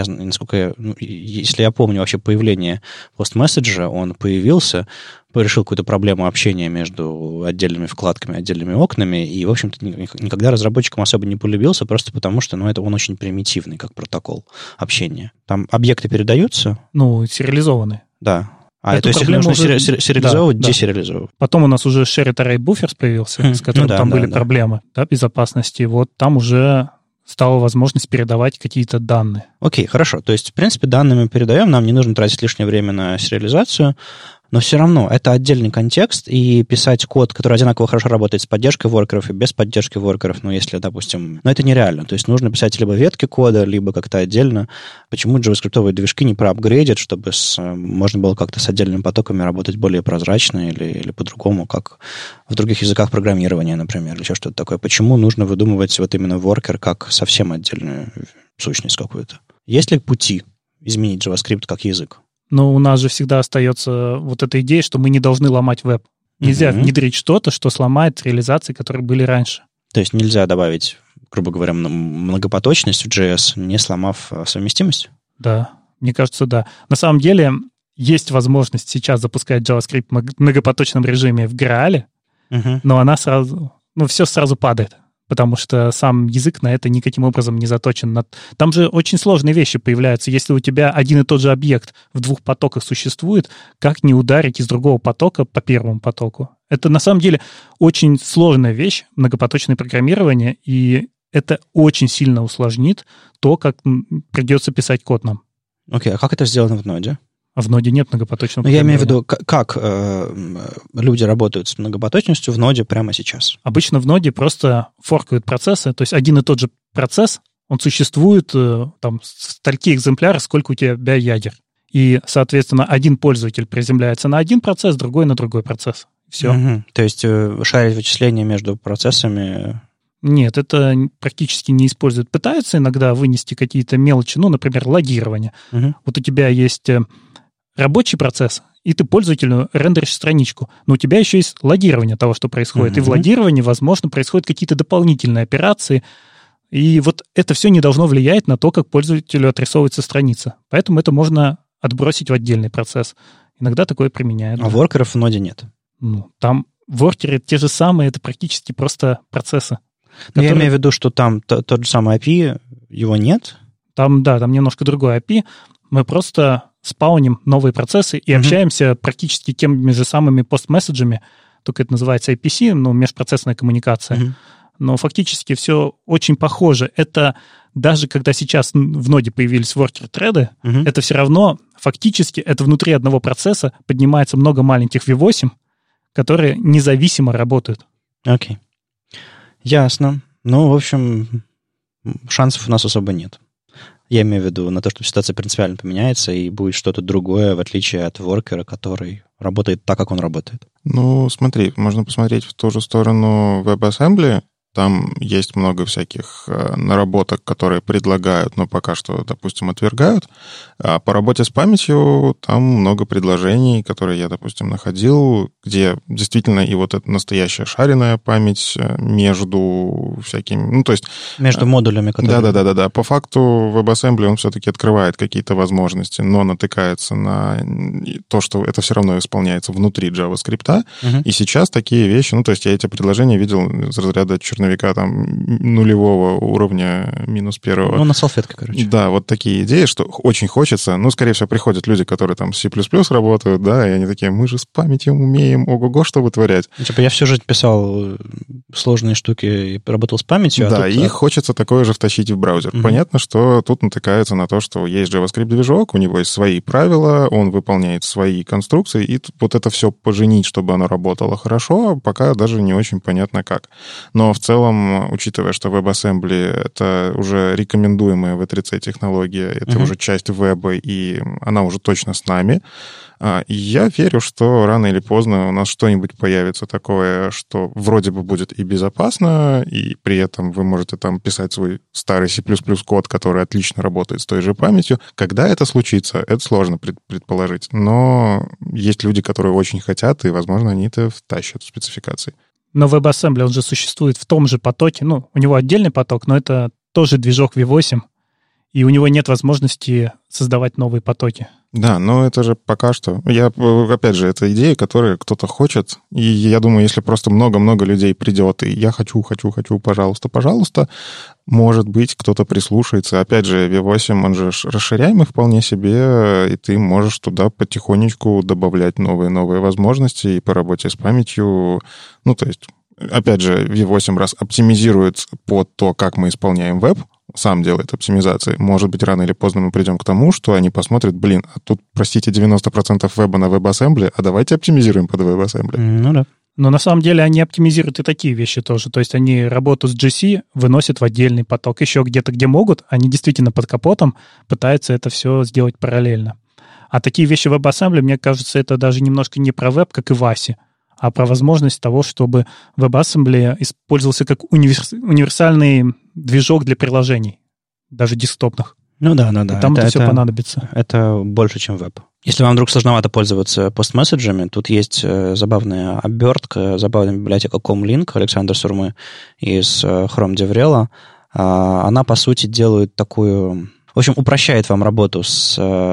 Если я помню вообще появление пост-месседжа, он появился, решил какую-то проблему общения между отдельными вкладками, отдельными окнами, и, в общем-то, никогда разработчикам особо не полюбился, просто потому что, это он очень примитивный, как протокол общения. Там объекты передаются. Ну, сериализованы. Да. То есть их нужно сериализовывать, десериализовывать. Потом у нас уже Shared Array Buffers появился, с которым там были проблемы безопасности. Вот там уже стала возможность передавать какие-то данные. Окей, хорошо. То есть, в принципе, данные мы передаем, нам не нужно тратить лишнее время на сериализацию, но все равно это отдельный контекст, и писать код, который одинаково хорошо работает с поддержкой воркеров и без поддержки воркеров, если, допустим... это нереально. То есть нужно писать либо ветки кода, либо как-то отдельно. Почему JavaScript-овые движки не проапгрейдят, чтобы можно было как-то с отдельными потоками работать более прозрачно или по-другому, как в других языках программирования, например, или еще что-то такое? Почему нужно выдумывать вот именно воркер как совсем отдельную сущность какую-то? Есть ли пути изменить JavaScript как язык? Но у нас же всегда остается вот эта идея, что мы не должны ломать веб. Нельзя внедрить что-то, что сломает реализации, которые были раньше. То есть нельзя добавить, грубо говоря, многопоточность в JS, не сломав совместимость? Да, мне кажется, да. На самом деле есть возможность сейчас запускать JavaScript в многопоточном режиме в Graal, но она сразу, все сразу падает, потому что сам язык на это никаким образом не заточен. Там же очень сложные вещи появляются. Если у тебя один и тот же объект в двух потоках существует, как не ударить из другого потока по первому потоку? Это на самом деле очень сложная вещь, многопоточное программирование, и это очень сильно усложнит то, как придется писать код нам. Окей, а как это сделано в ноде? А в ноде нет многопоточного программирования. Я имею в виду, как люди работают с многопоточностью в ноде прямо сейчас? Обычно в ноде просто форкают процессы, то есть один и тот же процесс, он существует там в стольки экземпляров, сколько у тебя ядер. И, соответственно, один пользователь приземляется на один процесс, другой на другой процесс. Все. То есть шарить вычисления между процессами... Нет, это практически не используют. Пытаются иногда вынести какие-то мелочи, например, логирование. Вот у тебя есть рабочий процесс, и ты пользователю рендеришь страничку. Но у тебя еще есть логирование того, что происходит. И в логировании, возможно, происходят какие-то дополнительные операции. И вот это все не должно влиять на то, как пользователю отрисовывается страница. Поэтому это можно отбросить в отдельный процесс. Иногда такое применяют. А воркеров в ноде нет? Там воркеры те же самые, это практически просто процессы. Я имею в виду, что там тот же самый API, его нет? Там немножко другой API. Мы просто спауним новые процессы и общаемся практически теми же самыми постмесседжами, только это называется IPC, межпроцессная коммуникация. Но фактически все очень похоже. Это даже когда сейчас в ноде появились воркер-треды, это все равно фактически это внутри одного процесса поднимается много маленьких V8, которые независимо работают. Окей. Ясно. В общем, шансов у нас особо нет. Я имею в виду на то, что ситуация принципиально поменяется и будет что-то другое, в отличие от воркера, который работает так, как он работает. Смотри, можно посмотреть в ту же сторону WebAssembly. Там есть много всяких наработок, которые предлагают, но пока что, допустим, отвергают. А по работе с памятью там много предложений, которые я, допустим, находил, где действительно и вот эта настоящая шаренная память между всякими... Между модулями, которые... Да. По факту WebAssembly он все-таки открывает какие-то возможности, но натыкается на то, что это все равно исполняется внутри JavaScript. И сейчас такие вещи... я эти предложения видел из разряда черновика там нулевого уровня, -1. На салфетке, короче. Да, вот такие идеи, что очень хочется. Скорее всего, приходят люди, которые там с C++ работают, да, и они такие, мы же с памятью умеем, ого-го, что вытворять. Я всю жизнь писал сложные штуки и работал с памятью. Да, и хочется такое же втащить в браузер. Понятно, что тут натыкается на то, что есть JavaScript-движок, у него есть свои правила, он выполняет свои конструкции, и вот это все поженить, чтобы оно работало хорошо, пока даже не очень понятно как. Но в целом, учитывая, что WebAssembly — это уже рекомендуемая V3C технология, это уже часть веба, и она уже точно с нами, я верю, что рано или поздно у нас что-нибудь появится такое, что вроде бы будет и безопасно, и при этом вы можете там писать свой старый C++ код, который отлично работает с той же памятью. Когда это случится, это сложно предположить. Но есть люди, которые очень хотят, и, возможно, они это втащат в спецификации. Но WebAssembly, он же существует в том же потоке. У него отдельный поток, но это тоже движок V8, и у него нет возможности создавать новые потоки. Да, но это же пока что... Опять же, это идея, которую кто-то хочет, и я думаю, если просто много-много людей придет, и я хочу, пожалуйста, может быть, кто-то прислушается. Опять же, V8, он же расширяемый вполне себе, и ты можешь туда потихонечку добавлять новые возможности и по работе с памятью. Опять же, V8 раз оптимизирует под то, как мы исполняем веб, сам делает оптимизации. Может быть, рано или поздно мы придем к тому, что они посмотрят, а тут, простите, 90% веба на WebAssembly, а давайте оптимизируем под WebAssembly. Да. Но на самом деле они оптимизируют и такие вещи тоже. То есть они работу с GC выносят в отдельный поток. Еще где-то, где могут, они действительно под капотом пытаются это все сделать параллельно. А такие вещи в WebAssembly, мне кажется, это даже немножко не про веб, как и в ASI, а про возможность того, чтобы WebAssembly использовался как универсальный движок для приложений, даже десктопных. Да. И там это все понадобится. Это больше, чем веб. Если вам вдруг сложновато пользоваться постмесседжами, тут есть забавная обертка, забавная библиотека ComLink Александра Сурмы из Chrome DevRel. Она, по сути, делает такую... В общем, упрощает вам работу с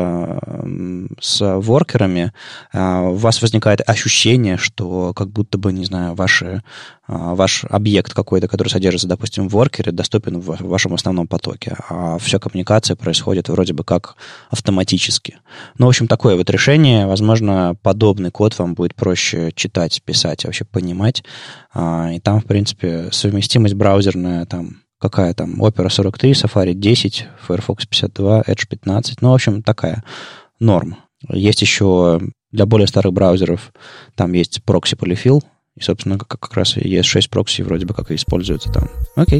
воркерами. У вас возникает ощущение, что как будто бы, не знаю, ваш объект какой-то, который содержится, допустим, в воркере, доступен в вашем основном потоке, а вся коммуникация происходит вроде бы как автоматически. В общем, такое вот решение. Возможно, подобный код вам будет проще читать, писать, вообще понимать. И там, в принципе, совместимость браузерная там... Какая там? Opera 43, Safari 10, Firefox 52, Edge 15. В общем, такая норма. Есть еще для более старых браузеров, там есть прокси Polyfill, и, собственно, как раз ES6 прокси вроде бы как и используется там. Окей.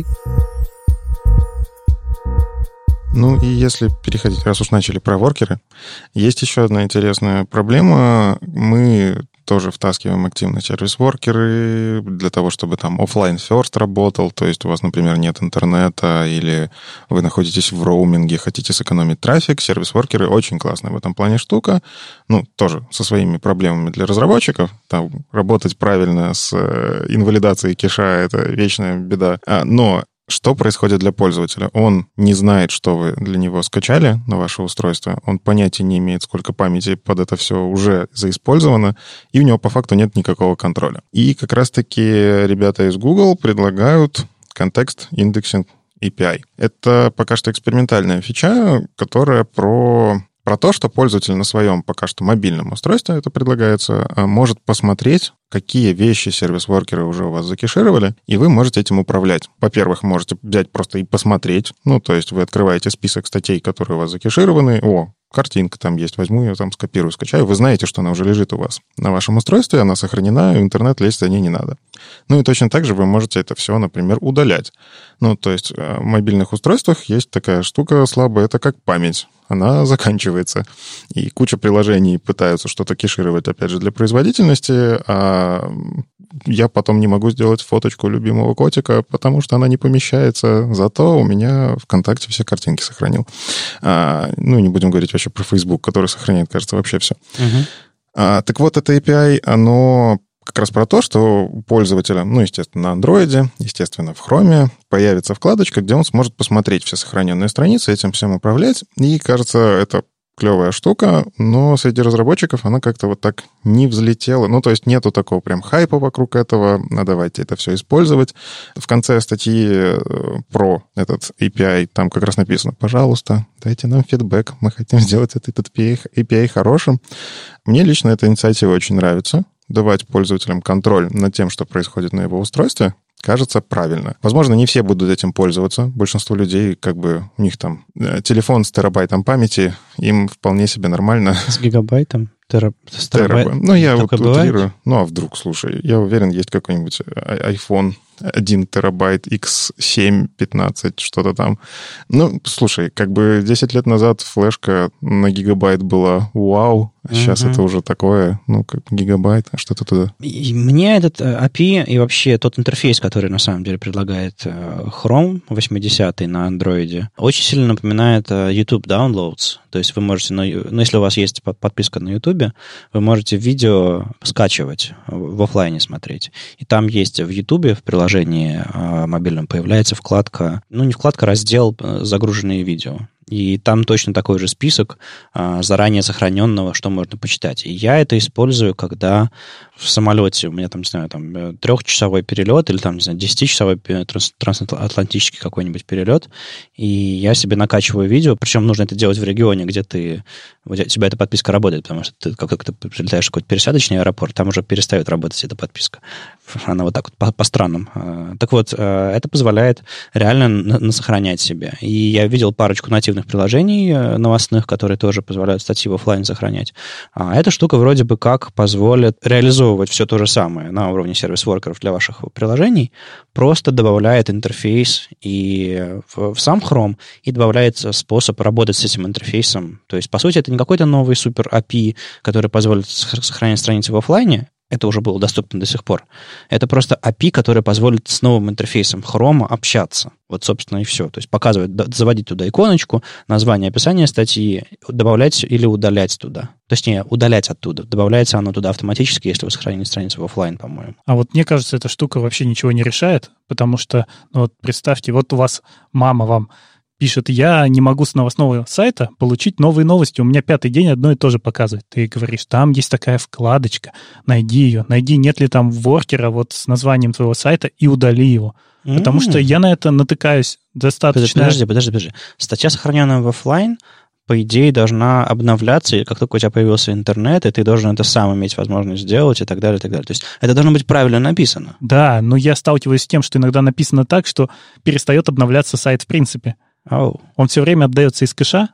И если переходить, раз уж начали про воркеры, есть еще одна интересная проблема. Мы тоже втаскиваем активно сервис-воркеры для того, чтобы там офлайн first работал, то есть у вас, например, нет интернета или вы находитесь в роуминге, хотите сэкономить трафик, сервис-воркеры очень классная в этом плане штука, тоже со своими проблемами для разработчиков, там работать правильно с инвалидацией кэша — это вечная беда, но что происходит для пользователя? Он не знает, что вы для него скачали на ваше устройство, он понятия не имеет, сколько памяти под это все уже заиспользовано, и у него по факту нет никакого контроля. И как раз-таки ребята из Google предлагают Context Indexing API. Это пока что экспериментальная фича, которая про то, что пользователь на своем пока что мобильном устройстве, это предлагается, может посмотреть, какие вещи сервис-воркеры уже у вас закешировали, и вы можете этим управлять. Во-первых, можете взять просто и посмотреть, то есть вы открываете список статей, которые у вас закешированы, картинка там есть, возьму ее там, скопирую, скачаю. Вы знаете, что она уже лежит у вас на вашем устройстве, она сохранена, в интернет лезть за ней не надо. И точно так же вы можете это все, например, удалять. То есть в мобильных устройствах есть такая штука слабая, это как память. Она заканчивается. И куча приложений пытаются что-то кешировать, опять же, для производительности, а я потом не могу сделать фоточку любимого котика, потому что она не помещается. Зато у меня ВКонтакте все картинки сохранил. Не будем говорить вообще про Facebook, который сохраняет, кажется, вообще все. Так вот, это API, оно как раз про то, что у пользователя, естественно, на Android, естественно, в Chrome появится вкладочка, где он сможет посмотреть все сохраненные страницы, этим всем управлять. И, кажется, это клевая штука, но среди разработчиков она как-то вот так не взлетела. То есть нету такого прям хайпа вокруг этого, давайте это все использовать. В конце статьи про этот API там как раз написано: пожалуйста, дайте нам фидбэк, мы хотим сделать этот API хорошим. Мне лично эта инициатива очень нравится. Давать пользователям контроль над тем, что происходит на его устройстве, кажется правильно. Возможно, не все будут этим пользоваться. Большинство людей, у них там телефон с терабайтом памяти, им вполне себе нормально. С гигабайтом? Терабайт. Я вот утрирую. А вдруг, слушай, я уверен, есть какой-нибудь iPhone 1 терабайт, X7, 15, что-то там. Слушай, 10 лет назад флешка на гигабайт была вау, а сейчас это уже такое, как гигабайт, что-то туда. И мне этот API и вообще тот интерфейс, который на самом деле предлагает Chrome 80 на Android, очень сильно напоминает YouTube Downloads. То есть вы можете, если у вас есть подписка на YouTube, вы можете видео скачивать, в офлайне смотреть. И там есть в YouTube, в приложении мобильном, появляется вкладка, не вкладка, раздел «Загруженные видео». И там точно такой же список заранее сохраненного, что можно почитать. И я это использую, когда в самолете у меня там, 3-часовой перелет или 10-часовой трансатлантический какой-нибудь перелет, и я себе накачиваю видео, причем нужно это делать в регионе, где у тебя эта подписка работает, потому что ты как-то прилетаешь в какой-то пересадочный аэропорт, там уже перестает работать эта подписка. Она вот так вот по странам. Так вот, это позволяет реально сохранять себе. И я видел парочку нативных приложений новостных, которые тоже позволяют статьи в офлайн сохранять. А эта штука вроде бы как позволит реализовывать все то же самое на уровне сервис-воркеров для ваших приложений, просто добавляет интерфейс и в сам Chrome, и добавляет способ работать с этим интерфейсом. То есть, по сути, это не какой-то новый супер API, который позволит сохранять страницы в офлайне. Это уже было доступно до сих пор. Это просто API, который позволит с новым интерфейсом Chrome общаться. Вот, собственно, и все. То есть показывать, заводить туда иконочку, название, описание статьи, добавлять или удалять туда. Точнее, удалять оттуда. Добавляется оно туда автоматически, если вы сохранили страницу в офлайн, по-моему. А вот мне кажется, эта штука вообще ничего не решает, потому что, представьте, вот у вас мама вам пишет: я не могу с новостного сайта получить новые новости, у меня 5-й день одно и то же показывает. Ты говоришь: там есть такая вкладочка, найди ее, нет ли там воркера вот с названием твоего сайта и удали его. Потому что я на это натыкаюсь достаточно... Подожди. Статья, сохраненная в офлайн, по идее, должна обновляться, и как только у тебя появился интернет, и ты должен это сам иметь возможность сделать, и так далее, и так далее. То есть это должно быть правильно написано. Да, но я сталкиваюсь с тем, что иногда написано так, что перестает обновляться сайт в принципе. Он все время отдается из кэша,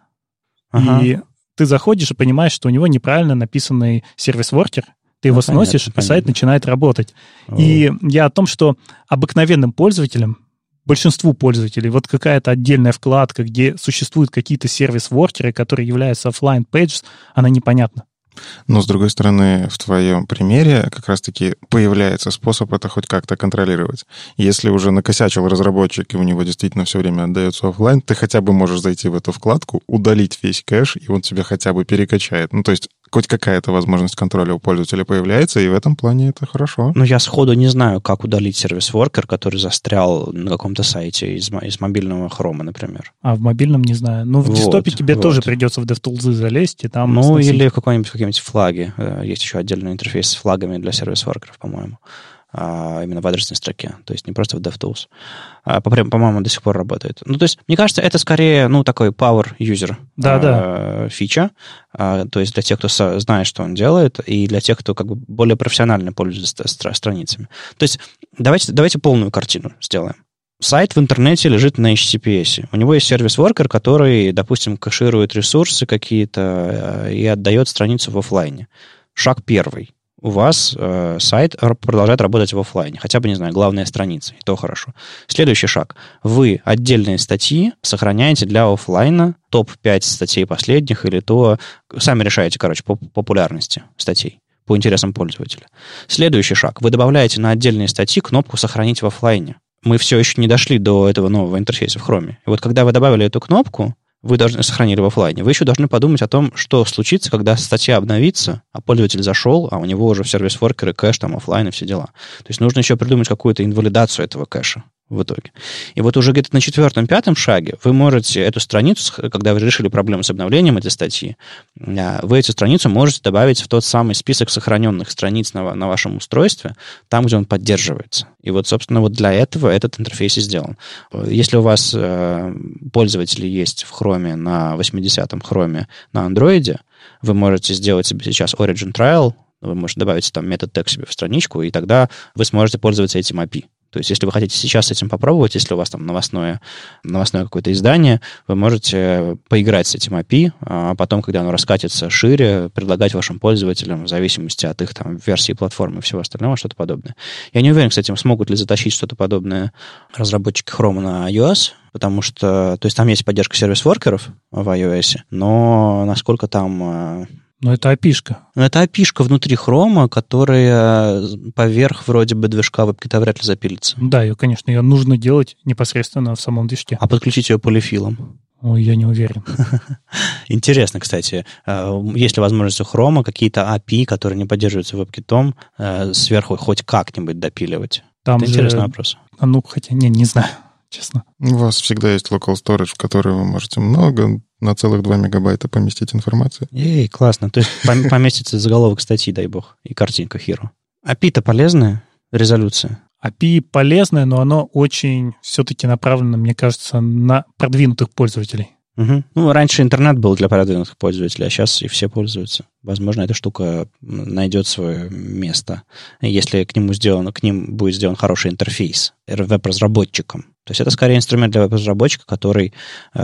и ты заходишь и понимаешь, что у него неправильно написанный сервис-воркер, ты его сносишь, и сайт начинает работать. И я о том, что обыкновенным пользователям, большинству пользователей, вот какая-то отдельная вкладка, где существуют какие-то сервис-воркеры, которые являются офлайн pages, она непонятна. Но, с другой стороны, в твоем примере как раз-таки появляется способ это хоть как-то контролировать. Если уже накосячил разработчик, и у него действительно все время отдается офлайн, ты хотя бы можешь зайти в эту вкладку, удалить весь кэш, и он тебя хотя бы перекачает. Ну, то есть хоть какая-то возможность контроля у пользователя появляется, и в этом плане это хорошо. Ну, я сходу не знаю, как удалить сервис-воркер, который застрял на каком-то сайте из мобильного хрома, например. А в мобильном не знаю. Ну, в десктопе тебе тоже придется в DevTools залезть, и там... Ну, или в какие-нибудь флаги. Есть еще отдельный интерфейс с флагами для сервис-воркеров, по-моему. Именно в адресной строке, то есть не просто в DevTools. По-моему, до сих пор работает. Ну, то есть, мне кажется, это скорее, такой power user фича, то есть для тех, кто знает, что он делает, и для тех, кто как бы более профессионально пользуется страницами. То есть давайте полную картину сделаем. Сайт в интернете лежит на HTTPS. У него есть сервис-воркер, который, допустим, кэширует ресурсы какие-то и отдает страницу в офлайне. Шаг первый. У вас сайт продолжает работать в офлайне. Хотя бы, не знаю, главная страница. И то хорошо. Следующий шаг. Вы отдельные статьи сохраняете для офлайна, топ-5 статей последних, или то... Сами решаете, по популярности статей, по интересам пользователя. Следующий шаг. Вы добавляете на отдельные статьи кнопку «Сохранить в офлайне». Мы все еще не дошли до этого нового интерфейса в Chrome. И вот когда вы добавили эту кнопку, вы сохранили в офлайне, вы еще должны подумать о том, что случится, когда статья обновится, а пользователь зашел, а у него уже в сервис-воркеры кэш, там, офлайн и все дела. То есть нужно еще придумать какую-то инвалидацию этого кэша в итоге. И вот уже где-то на 4-5 шаге вы можете эту страницу, когда вы решили проблему с обновлением этой статьи, вы эту страницу можете добавить в тот самый список сохраненных страниц на вашем устройстве, там, где он поддерживается. И вот, собственно, вот для этого этот интерфейс и сделан. Если у вас пользователи есть в Chrome, на 80-м Chrome на Android, вы можете сделать себе сейчас Origin Trial, вы можете добавить там метод тег себе в страничку, и тогда вы сможете пользоваться этим API. То есть, если вы хотите сейчас с этим попробовать, если у вас там новостное какое-то издание, вы можете поиграть с этим API, а потом, когда оно раскатится шире, предлагать вашим пользователям в зависимости от их там версии платформы и всего остального что-то подобное. Я не уверен, кстати, смогут ли затащить что-то подобное разработчики Chrome на iOS, потому что, то есть, там есть поддержка сервис-воркеров в iOS, но насколько там... Но это API-шка. Это API-шка внутри Chrome, которая поверх вроде бы движка WebKit вряд ли запилится. Да, ее нужно делать непосредственно в самом движке. А подключить ее полифилом? Ой, я не уверен. Интересно, кстати. Есть ли возможность у Chrome какие-то API, которые не поддерживаются WebKit, сверху хоть как-нибудь допиливать? Там это интересный вопрос. Хотя не знаю, честно. У вас всегда есть local storage, в который вы можете на целых 2 мегабайта поместить информацию. Эй, классно. То есть поместится заголовок статьи, дай бог, и картинка Hero. API-то полезная резолюция? API полезное, но оно очень все-таки направлено, мне кажется, на продвинутых пользователей. Угу. Ну, раньше интернет был для продвинутых пользователей, а сейчас и все пользуются. Возможно, эта штука найдет свое место, если к ним будет сделан хороший интерфейс веб-разработчикам. То есть это скорее инструмент для веб-разработчика, который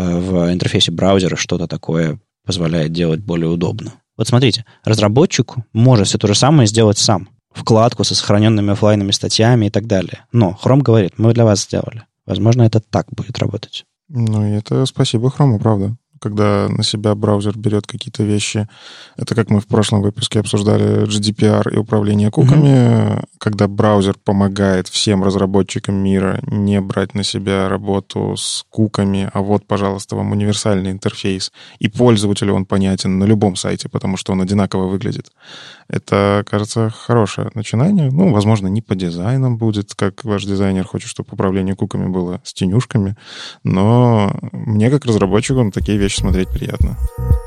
в интерфейсе браузера что-то такое позволяет делать более удобно. Вот смотрите, разработчику может все то же самое сделать сам. Вкладку со сохраненными офлайнными статьями и так далее. Но Chrome говорит, мы для вас сделали. Возможно, это так будет работать. Ну, и это спасибо Chrome, правда. Когда на себя браузер берет какие-то вещи. Это как мы в прошлом выпуске обсуждали GDPR и управление куками. Когда браузер помогает всем разработчикам мира не брать на себя работу с куками, а вот, пожалуйста, вам универсальный интерфейс. И пользователю он понятен на любом сайте, потому что он одинаково выглядит. Это, кажется, хорошее начинание. Ну, возможно, не по дизайнам будет, как ваш дизайнер хочет, чтобы управление куками было с тенюшками. Но мне, как разработчику, на такие вещи смотреть приятно.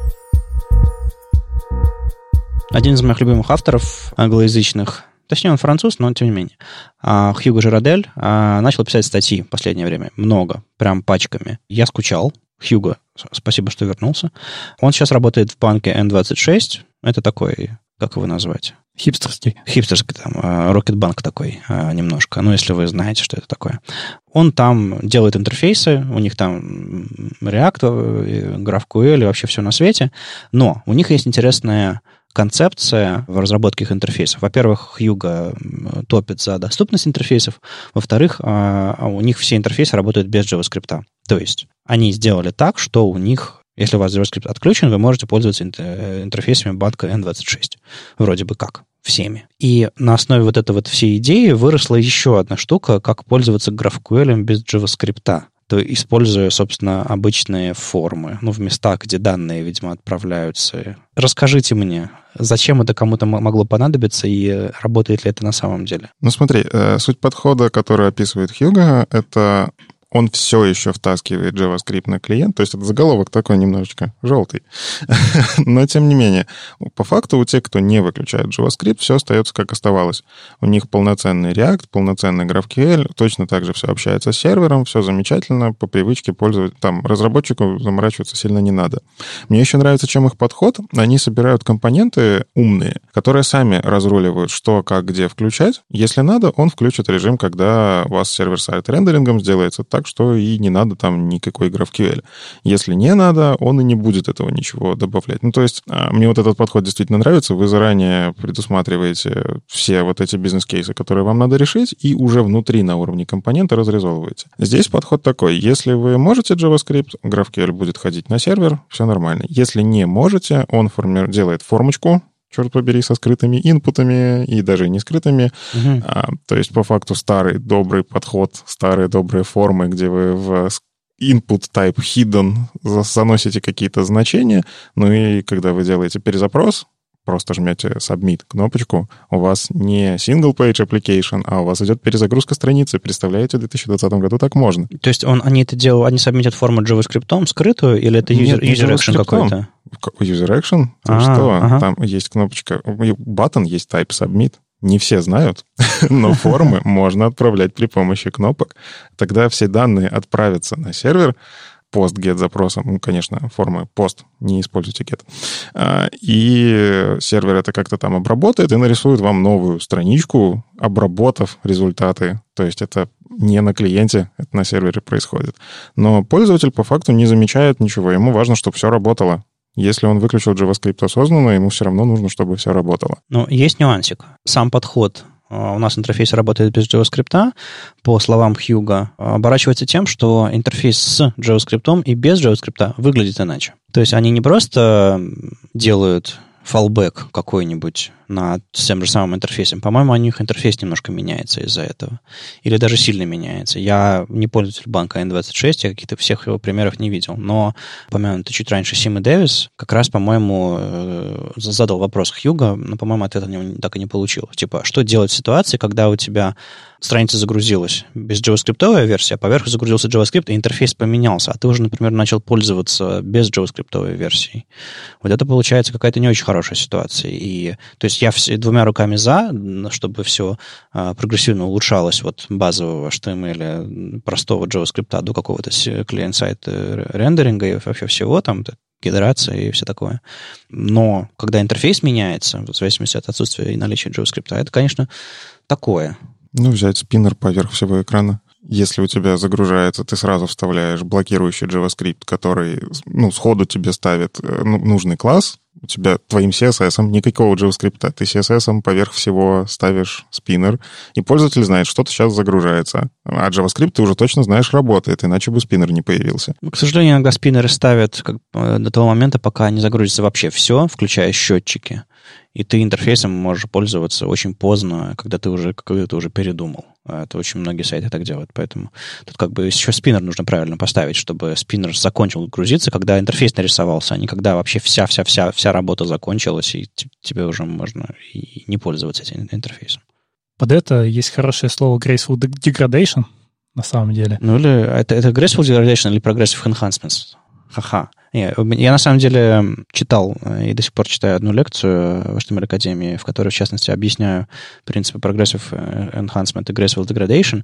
Один из моих любимых авторов англоязычных, точнее, он француз, но тем не менее, Хьюго Жирадель начал писать статьи в последнее время. Много, прям пачками. Я скучал. Хьюго, спасибо, что вернулся. Он сейчас работает в банке N26. Это такой, как его назвать? Хипстерский, там, Рокетбанк такой немножко. Ну, если вы знаете, что это такое. Он там делает интерфейсы, у них там React, GraphQL и вообще все на свете. Но у них есть интересная концепция в разработке их интерфейсов. Во-первых, Хьюго топит за доступность интерфейсов. Во-вторых, у них все интерфейсы работают без JavaScript. То есть они сделали так, что у них Если у вас JavaScript отключен, вы можете пользоваться интерфейсами банка N26. Вроде бы как. Всеми. И на основе вот этой вот всей идеи выросла еще одна штука, как пользоваться GraphQL без JavaScript. То используя, собственно, обычные формы, в местах, где данные, видимо, отправляются. Расскажите мне, зачем это кому-то могло понадобиться и работает ли это на самом деле? Смотри, суть подхода, который описывает Хьюго, это он все еще втаскивает JavaScript на клиент, то есть это заголовок такой немножечко желтый. Но, тем не менее, по факту у тех, кто не выключает JavaScript, все остается как оставалось. У них полноценный React, полноценный GraphQL, точно так же все общается с сервером, все замечательно, по привычке пользоваться. Там разработчику заморачиваться сильно не надо. Мне еще нравится, чем их подход. Они собирают компоненты умные, которые сами разруливают, что, как, где включать. Если надо, он включит режим, когда у вас сервер-сайт рендерингом сделается так, что и не надо там никакой GraphQL. Если не надо, он и не будет этого ничего добавлять. То есть мне вот этот подход действительно нравится. Вы заранее предусматриваете все вот эти бизнес-кейсы, которые вам надо решить, и уже внутри на уровне компонента разрезовываете. Здесь подход такой. Если вы можете JavaScript, GraphQL будет ходить на сервер, все нормально. Если не можете, он делает формочку, черт побери, со скрытыми инпутами и даже не скрытыми. То есть, по факту, старый добрый подход, старые добрые формы, где вы в input type hidden заносите какие-то значения, и когда вы делаете перезапрос, просто жмете Submit кнопочку, у вас не single-page application, а у вас идет перезагрузка страницы. Представляете, в 2020 году так можно. То есть они это делают, они сабмитят форму JavaScript скрытую, или это user action какой-то? User action? Там есть кнопочка, button есть type Submit. Не все знают, но формы можно отправлять при помощи кнопок. Тогда все данные отправятся на сервер, post-get запросом, конечно, формы post, не используйте get. И сервер это как-то там обработает и нарисует вам новую страничку, обработав результаты. То есть это не на клиенте, это на сервере происходит. Но пользователь по факту не замечает ничего. Ему важно, чтобы все работало. Если он выключил JavaScript осознанно, ему все равно нужно, чтобы все работало. Есть нюансик. Сам подход. У нас интерфейс работает без JavaScript, по словам Хьюго, оборачивается тем, что интерфейс с JavaScript и без JavaScript выглядит иначе. То есть они не просто делают fallback какой-нибудь с тем же самым интерфейсом. По-моему, у них интерфейс немножко меняется из-за этого. Или даже сильно меняется. Я не пользователь банка N26, я каких-то всех его примеров не видел. Но, упомянутый чуть раньше Сим и Дэвис как раз, по-моему, задал вопрос Хьюго, но, по-моему, ответа от него так и не получил. Типа, что делать в ситуации, когда у тебя страница загрузилась без JavaScript-овая версия, а поверху загрузился JavaScript, и интерфейс поменялся, а ты уже, например, начал пользоваться без JavaScript-овой версии. Вот это получается какая-то не очень хорошая ситуация. И, то есть я двумя руками за, чтобы все прогрессивно улучшалось от базового HTML, простого JavaScript до какого-то клиент-сайт рендеринга и вообще всего там, генерация и все такое. Но когда интерфейс меняется, в зависимости от отсутствия и наличия JavaScript, это, конечно, такое. Взять спиннер поверх всего экрана. Если у тебя загружается, ты сразу вставляешь блокирующий JavaScript, который, сходу тебе ставит нужный класс. У тебя твоим CSS никакого JavaScript. Ты CSS поверх всего ставишь спиннер, и пользователь знает, что-то сейчас загружается. А JavaScript ты уже точно знаешь, работает, иначе бы спиннер не появился. К сожалению, иногда спиннеры ставят до того момента, пока не загрузится вообще все, включая счетчики. И ты интерфейсом можешь пользоваться очень поздно, когда ты уже передумал. Это очень многие сайты так делают. Поэтому тут еще спиннер нужно правильно поставить, чтобы спиннер закончил грузиться, когда интерфейс нарисовался, а не когда вообще вся работа закончилась, и тебе уже можно и не пользоваться этим интерфейсом. Под это есть хорошее слово graceful degradation, на самом деле. Или это graceful degradation или progressive enhancements? Ха-ха. Я на самом деле читал и до сих пор читаю одну лекцию в HTML Академии, в которой, в частности, объясняю принципы Progressive Enhancement и Graceful Degradation.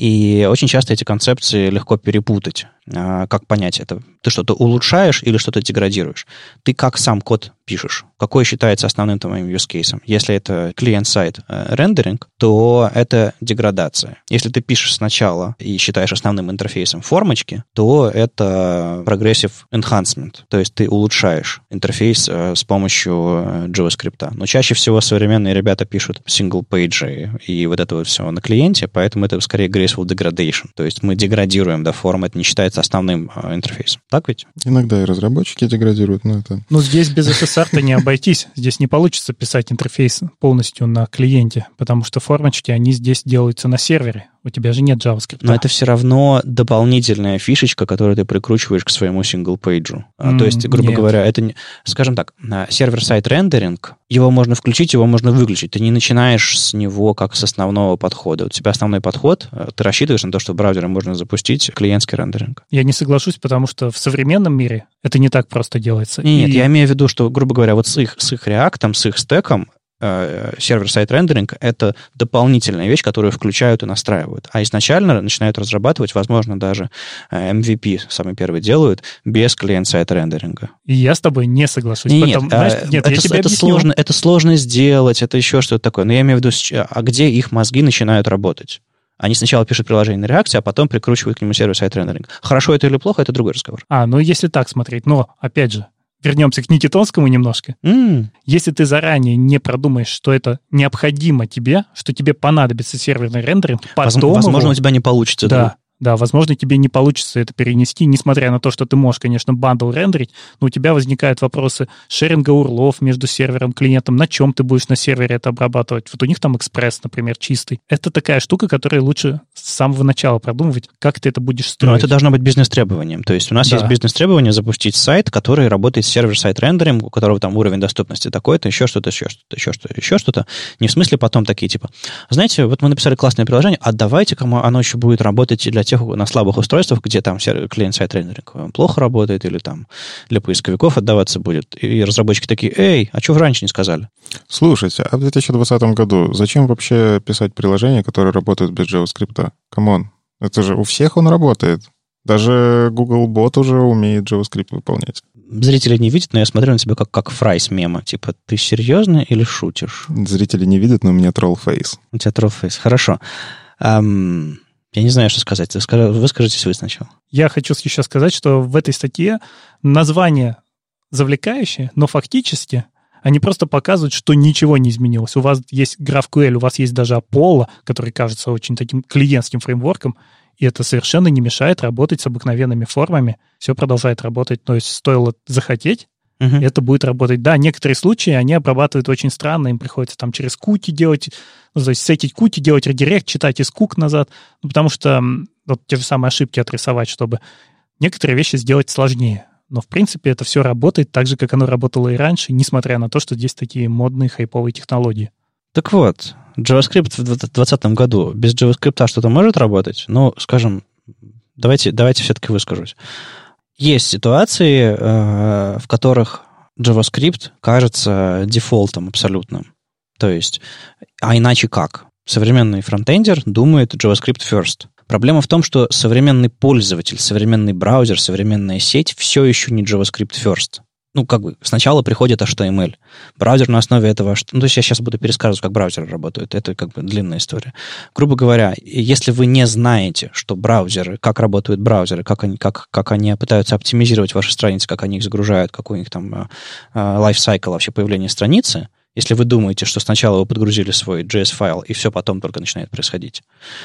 И очень часто эти концепции легко перепутать. Как понять это? Ты что-то улучшаешь или что-то деградируешь? Ты как сам код пишешь? Какой считается основным твоим use case? Если это клиент-сайт рендеринг, то это деградация. Если ты пишешь сначала и считаешь основным интерфейсом формочки, то это Progressive Enhancement. То есть ты улучшаешь интерфейс с помощью JavaScript. Но чаще всего современные ребята пишут single-page и вот это вот все на клиенте, поэтому это скорее graceful degradation. То есть мы деградируем до формы, это не считается является основным интерфейсом. Так ведь? Иногда и разработчики деградируют, но это... Ну, здесь без SSR-то не обойтись. Здесь не получится писать интерфейс полностью на клиенте, потому что формочки, они здесь делаются на сервере. У тебя же нет JavaScript. Но это все равно дополнительная фишечка, которую ты прикручиваешь к своему сингл-пейджу. То есть, грубо говоря, это, скажем так, сервер-сайт рендеринг, его можно включить, его можно выключить. Ты не начинаешь с него как с основного подхода. У тебя основной подход, ты рассчитываешь на то, что в браузере можно запустить клиентский рендеринг. Я не соглашусь, потому что в современном мире это не так просто делается. Нет, я имею в виду, что, грубо говоря, вот с их React, с их стеком, сервер-сайт рендеринг — это дополнительная вещь, которую включают и настраивают. А изначально начинают разрабатывать, возможно, даже MVP самый первый делают без клиент-сайт рендеринга. И я с тобой не соглашусь. Это сложно сделать, это еще что-то такое. Но я имею в виду, а где их мозги начинают работать? Они сначала пишут приложение на React, а потом прикручивают к нему сервер-сайт рендеринг. Хорошо это или плохо, это другой разговор. Ну если так смотреть. Но, опять же, вернемся к Никитонскому немножко. Если ты заранее не продумаешь, что это необходимо тебе, что тебе понадобится серверный рендеринг, потом возможно, у тебя не получится. Да, возможно, тебе не получится это перенести, несмотря на то, что ты можешь, конечно, бандл рендерить, но у тебя возникают вопросы шеринга урлов между сервером и клиентом, на чем ты будешь на сервере это обрабатывать. Вот у них там экспресс, например, чистый. Это такая штука, которую лучше с самого начала продумывать, как ты это будешь строить. Но это должно быть бизнес-требованием. То есть у нас есть бизнес-требование запустить сайт, который работает с сервер-сайт рендером, у которого там уровень доступности такой-то, еще что-то. Не в смысле потом такие, типа, знаете, вот мы написали классное приложение, а давайте-ка оно еще будет работать и для тех, на слабых устройствах, где там клиент-сайт рендеринг плохо работает или там для поисковиков отдаваться будет. И разработчики такие: эй, а что вы раньше не сказали? Слушайте, а в 2020 году зачем вообще писать приложение, которое работает без JavaScript? Камон, это же у всех он работает. Даже Google Bot уже умеет JavaScript выполнять. Зрители не видят, но я смотрю на тебя как фрайс мема. Типа, ты серьезно или шутишь? Зрители не видят, но у меня тролл-фейс. У тебя тролл-фейс, хорошо. Я не знаю, что сказать. Выскажитесь вы сначала. Я хочу еще сказать, что в этой статье название завлекающее, но фактически они просто показывают, что ничего не изменилось. У вас есть GraphQL, у вас есть даже Apollo, который кажется очень таким клиентским фреймворком, и это совершенно не мешает работать с обыкновенными формами. Все продолжает работать. То есть стоило захотеть, это будет работать. Да, некоторые случаи они обрабатывают очень странно, им приходится там через куки делать, то есть сетить куки, делать редирект, читать из кук назад, потому что вот те же самые ошибки отрисовать, чтобы некоторые вещи сделать сложнее. Но, в принципе, это все работает так же, как оно работало и раньше, несмотря на то, что здесь такие модные, хайповые технологии. Так вот, JavaScript в 2020 году без JavaScript что-то может работать? Ну, скажем, давайте все-таки выскажусь. Есть ситуации, в которых JavaScript кажется дефолтом абсолютным. То есть, а иначе как? Современный фронтендер думает JavaScript first. Проблема в том, что современный пользователь, современный браузер, современная сеть все еще не JavaScript first. Сначала приходит HTML. Браузер на основе этого... то есть я сейчас буду пересказывать, как браузеры работают. Это длинная история. Грубо говоря, если вы не знаете, что браузеры, как работают браузеры, как они пытаются оптимизировать ваши страницы, как они их загружают, какой у них там лайфсайкл вообще появления страницы, если вы думаете, что сначала вы подгрузили свой JS-файл, и все потом только начинает происходить,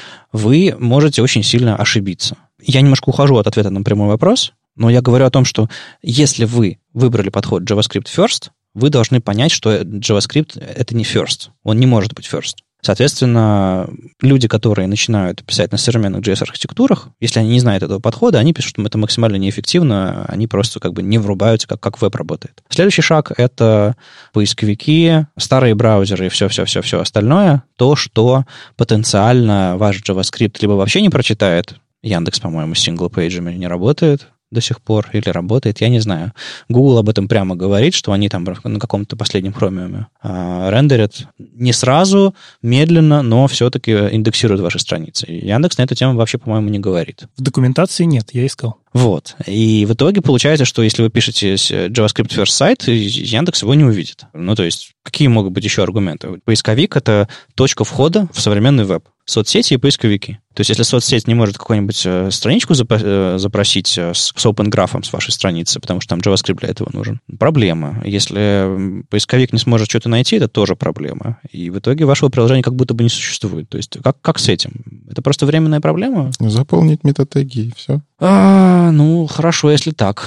вы можете очень сильно ошибиться. Я немножко ухожу от ответа на прямой вопрос, но я говорю о том, что если вы выбрали подход JavaScript first, вы должны понять, что JavaScript — это не first. Он не может быть first. Соответственно, люди, которые начинают писать на современных JS-архитектурах, если они не знают этого подхода, они пишут, что это максимально неэффективно, они просто не врубаются, как веб работает. Следующий шаг — это поисковики, старые браузеры и все остальное. То, что потенциально ваш JavaScript либо вообще не прочитает. Яндекс, по-моему, с сингл-пейджами не работает до сих пор, или работает, я не знаю. Google об этом прямо говорит, что они там на каком-то последнем хромиуме рендерят не сразу, медленно, но все-таки индексируют ваши страницы. И Яндекс на эту тему вообще, по-моему, не говорит. В документации нет, я искал. Вот. И в итоге получается, что если вы пишете JavaScript first сайт, Яндекс его не увидит. То есть, какие могут быть еще аргументы? Поисковик — это точка входа в современный веб. Соцсети и поисковики. То есть, если соцсеть не может какую-нибудь страничку запросить с Open Graph с вашей страницы, потому что там JavaScript для этого нужен, проблема. Если поисковик не сможет что-то найти, это тоже проблема. И в итоге вашего приложения как будто бы не существует. То есть, как с этим? Это просто временная проблема? Заполнить метатеги, и все. Ну, хорошо, если так.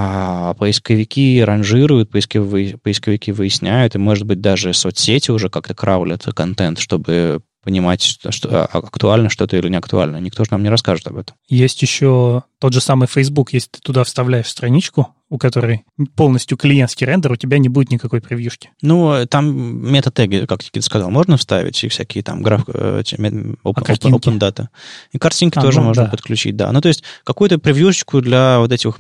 Поисковики ранжируют, поисковики выясняют, и, может быть, даже соцсети уже как-то краулят контент, чтобы понимать, что актуально что-то или не актуально. Никто же нам не расскажет об этом. Есть еще тот же самый Facebook, если ты туда вставляешь страничку, у которой полностью клиентский рендер, у тебя не будет никакой превьюшки. Ну, там мета-теги, как Никита сказал, можно вставить, и всякие там open data. И картинки тоже можно подключить, да. Ну, то есть какую-то превьюшечку для вот этих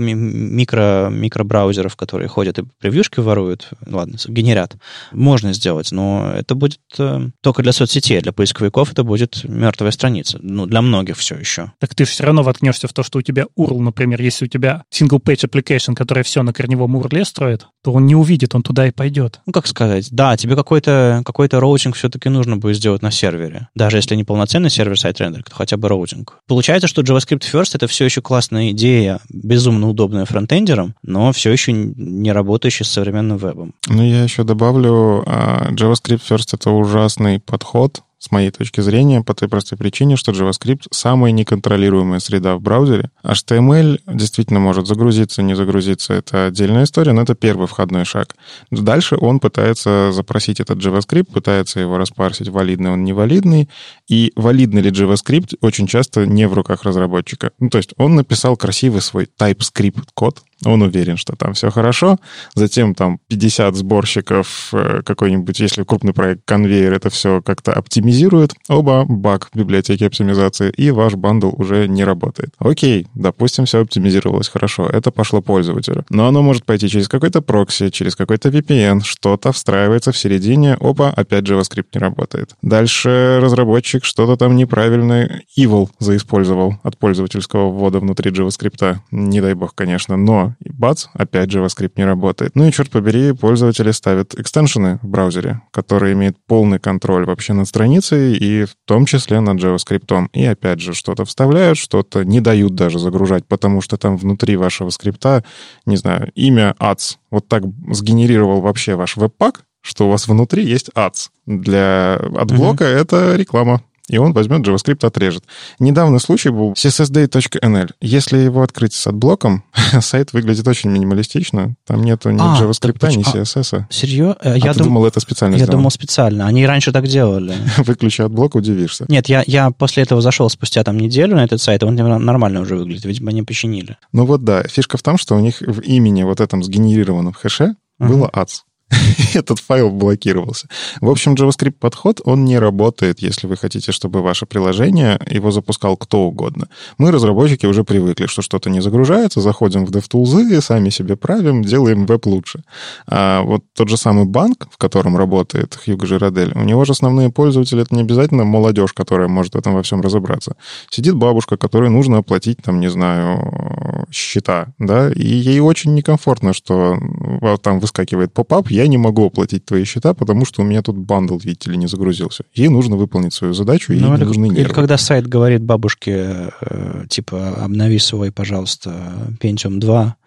микробраузеров, которые ходят и превьюшки воруют, ладно, генерят, можно сделать, но это будет только для соцсетей, для поисковиков это будет мертвая страница. Ну, для многих все еще. Так ты же все равно воткнешься в то, что у тебя URL, например, если у тебя single-page application, который все на корневом URL строит, то он не увидит, он туда и пойдет. Ну, как сказать, да, тебе какой-то роутинг все-таки нужно будет сделать на сервере. Даже если не полноценный сервер-сайт рендеринг, то хотя бы роутинг. Получается, что JavaScript First — это все еще классная идея, безумно удобная фронтендерам, но все еще не работающая с современным вебом. Ну, я еще добавлю, JavaScript First — это ужасный подход, с моей точки зрения, по той простой причине, что JavaScript — самая неконтролируемая среда в браузере. HTML действительно может загрузиться, не загрузиться, это отдельная история, но это первый входной шаг. Дальше он пытается запросить этот JavaScript, пытается его распарсить, валидный он, невалидный, и валидный ли JavaScript очень часто не в руках разработчика. Ну, то есть он написал красивый свой TypeScript-код, он уверен, что там все хорошо, затем там 50 сборщиков какой-нибудь, если крупный проект, конвейер, это все как-то оптимизирует, баг в библиотеке оптимизации, и ваш бандл уже не работает. Окей, допустим, все оптимизировалось хорошо, это пошло пользователю. Но оно может пойти через какой-то прокси, через какой-то VPN, что-то встраивается в середине, опять JavaScript не работает. Дальше разработчик что-то там неправильно evil заиспользовал от пользовательского ввода внутри JavaScript. Не дай бог, конечно, но и бац, опять JavaScript не работает. Ну и, черт побери, пользователи ставят экстеншены в браузере, которые имеют полный контроль вообще над страницей и в том числе над JavaScript. И опять же, что-то вставляют, что-то не дают даже загружать, потому что там внутри вашего скрипта, не знаю, имя ads вот так сгенерировал вообще ваш веб-пак, что у вас внутри есть ads. Для отблока это реклама. И он возьмет JavaScript, отрежет. Недавно случай был cssday.nl. Если его открыть с отблоком, сайт выглядит очень минималистично. Там нету ни JavaScript, ни CSS. Серьезно? Ты думал, это специально сделано? Я думал, специально. Они раньше так делали. Выключи отблок, удивишься. Нет, я после этого зашел спустя там неделю на этот сайт, и он нормально уже выглядит. Видимо, они починили. Ну вот да. Фишка в том, что у них в имени вот этом сгенерированном хэше было ads. Этот файл блокировался. В общем, JavaScript-подход, он не работает, если вы хотите, чтобы ваше приложение его запускал кто угодно. Мы, разработчики, уже привыкли, что что-то не загружается, заходим в DevTools, сами себе правим, делаем веб лучше. А вот тот же самый банк, в котором работает Хьюго Жирадель, у него же основные пользователи — это не обязательно молодежь, которая может в этом во всем разобраться. Сидит бабушка, которой нужно оплатить, там, не знаю, счета, да, и ей очень некомфортно, что там выскакивает поп-ап, я не могу оплатить твои счета, потому что у меня тут бандл, видите ли, не загрузился. Ей нужно выполнить свою задачу, ей не нужны нервы. Или когда сайт говорит бабушке, типа, обнови свой, пожалуйста, Pentium 2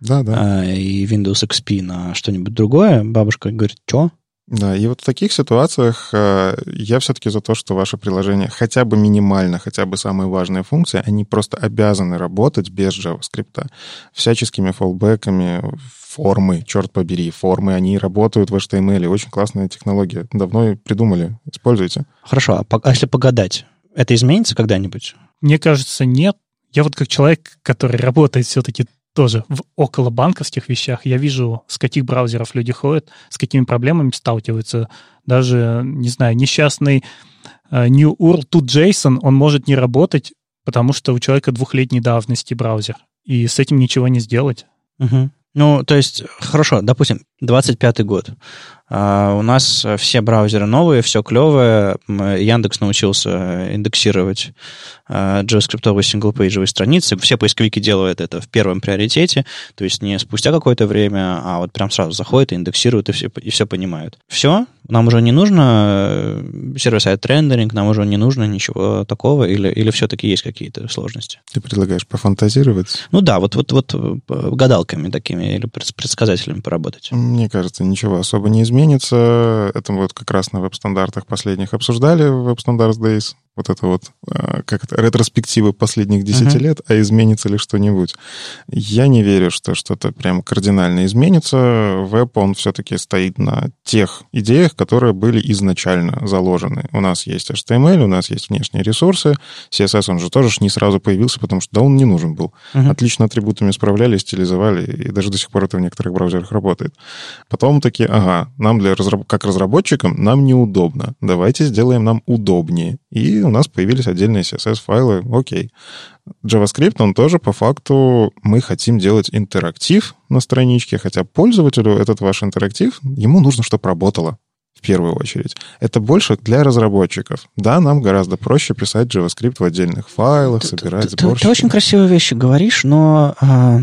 и Windows XP на что-нибудь другое, бабушка говорит, что? Да, и вот в таких ситуациях я все-таки за то, что ваше приложение хотя бы минимально, хотя бы самые важные функции, они просто обязаны работать без JavaScript. Всяческими фоллбэками, формы, черт побери, формы, они работают в HTML. Очень классная технология. Давно придумали. Используйте. Хорошо, а если погадать, это изменится когда-нибудь? Мне кажется, нет. Я вот как человек, который работает все-таки тоже в околобанковских вещах, я вижу, с каких браузеров люди ходят, с какими проблемами сталкиваются. Даже, не знаю, несчастный New URL to JSON, он может не работать, потому что у человека 2-летней давности браузер. И с этим ничего не сделать. Угу. Ну, то есть, хорошо, допустим, 25-й год. У нас все браузеры новые, все клевое. Яндекс научился индексировать JavaScript-овые синглпейджевые страницы. Все поисковики делают это в первом приоритете, то есть не спустя какое-то время, а вот прям сразу заходят и индексируют, и все понимают. Все, нам уже не нужно сервер-сайт рендеринг, нам уже не нужно ничего такого, или все-таки есть какие-то сложности? Ты предлагаешь пофантазировать? Ну да, вот гадалками такими или предсказателями поработать. Мне кажется, ничего особо не изменится. Это вот как раз на веб-стандартах последних обсуждали в Web Standards Days. вот это вот, ретроспективы последних 10 лет, а изменится ли что-нибудь. Я не верю, что что-то прям кардинально изменится. Веб, он все-таки стоит на тех идеях, которые были изначально заложены. У нас есть HTML, у нас есть внешние ресурсы. CSS, он же тоже не сразу появился, потому что, да, он не нужен был. Отлично атрибутами справлялись, стилизовали, и даже до сих пор это в некоторых браузерах работает. Потом такие, нам как разработчикам, нам неудобно. Давайте сделаем нам удобнее. И у нас появились отдельные CSS-файлы. Окей. JavaScript, он тоже по факту, мы хотим делать интерактив на страничке, хотя пользователю этот ваш интерактив, ему нужно, чтобы работало в первую очередь. Это больше для разработчиков. Да, нам гораздо проще писать JavaScript в отдельных файлах, собирать сборщики. Ты очень красивые вещи говоришь, но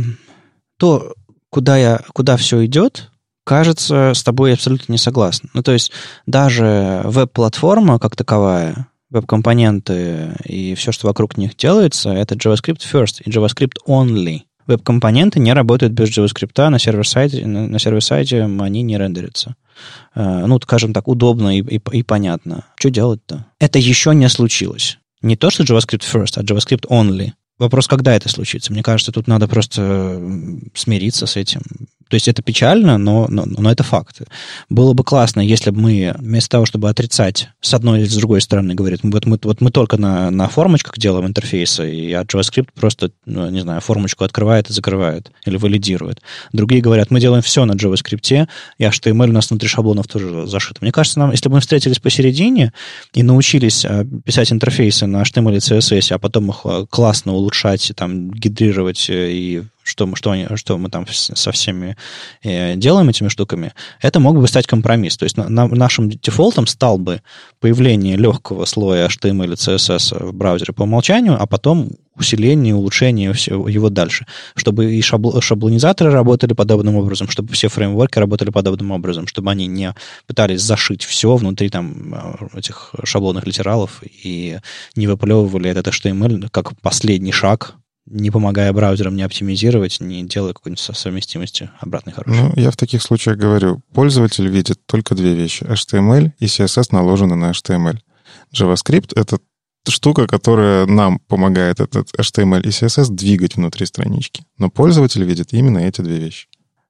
то, куда все идет, кажется, с тобой абсолютно не согласен. Ну, то есть даже веб-платформа как таковая, веб-компоненты и все, что вокруг них делается, это JavaScript first и JavaScript only. Веб-компоненты не работают без JavaScript, на сервер-сайте они не рендерятся. Скажем так, удобно и понятно. Что делать-то? Это еще не случилось. Не то, что JavaScript first, а JavaScript only. Вопрос, когда это случится. Мне кажется, тут надо просто смириться с этим. То есть это печально, но это факт. Было бы классно, если бы мы вместо того, чтобы отрицать с одной или с другой стороны, говорит, мы только на формочках делаем интерфейсы, и JavaScript просто, формочку открывает и закрывает, или валидирует. Другие говорят, мы делаем все на JavaScript, и HTML у нас внутри шаблонов тоже зашит. Мне кажется, если бы мы встретились посередине и научились писать интерфейсы на HTML и CSS, а потом их классно улучшать, там, гидрировать и что мы там со всеми делаем этими штуками, это мог бы стать компромисс. То есть нашим дефолтом стал бы появление легкого слоя HTML и CSS в браузере по умолчанию, а потом усиление, улучшение его дальше. Чтобы и шаблонизаторы работали подобным образом, чтобы все фреймворки работали подобным образом, чтобы они не пытались зашить все внутри там этих шаблонных литералов и не выплевывали этот HTML как последний шаг, не помогая браузерам не оптимизировать, не делая какой-нибудь совместимости обратной хорошей. Я в таких случаях говорю, пользователь видит только две вещи. HTML и CSS наложены на HTML. JavaScript — это штука, которая нам помогает этот HTML и CSS двигать внутри странички. Но пользователь видит именно эти две вещи.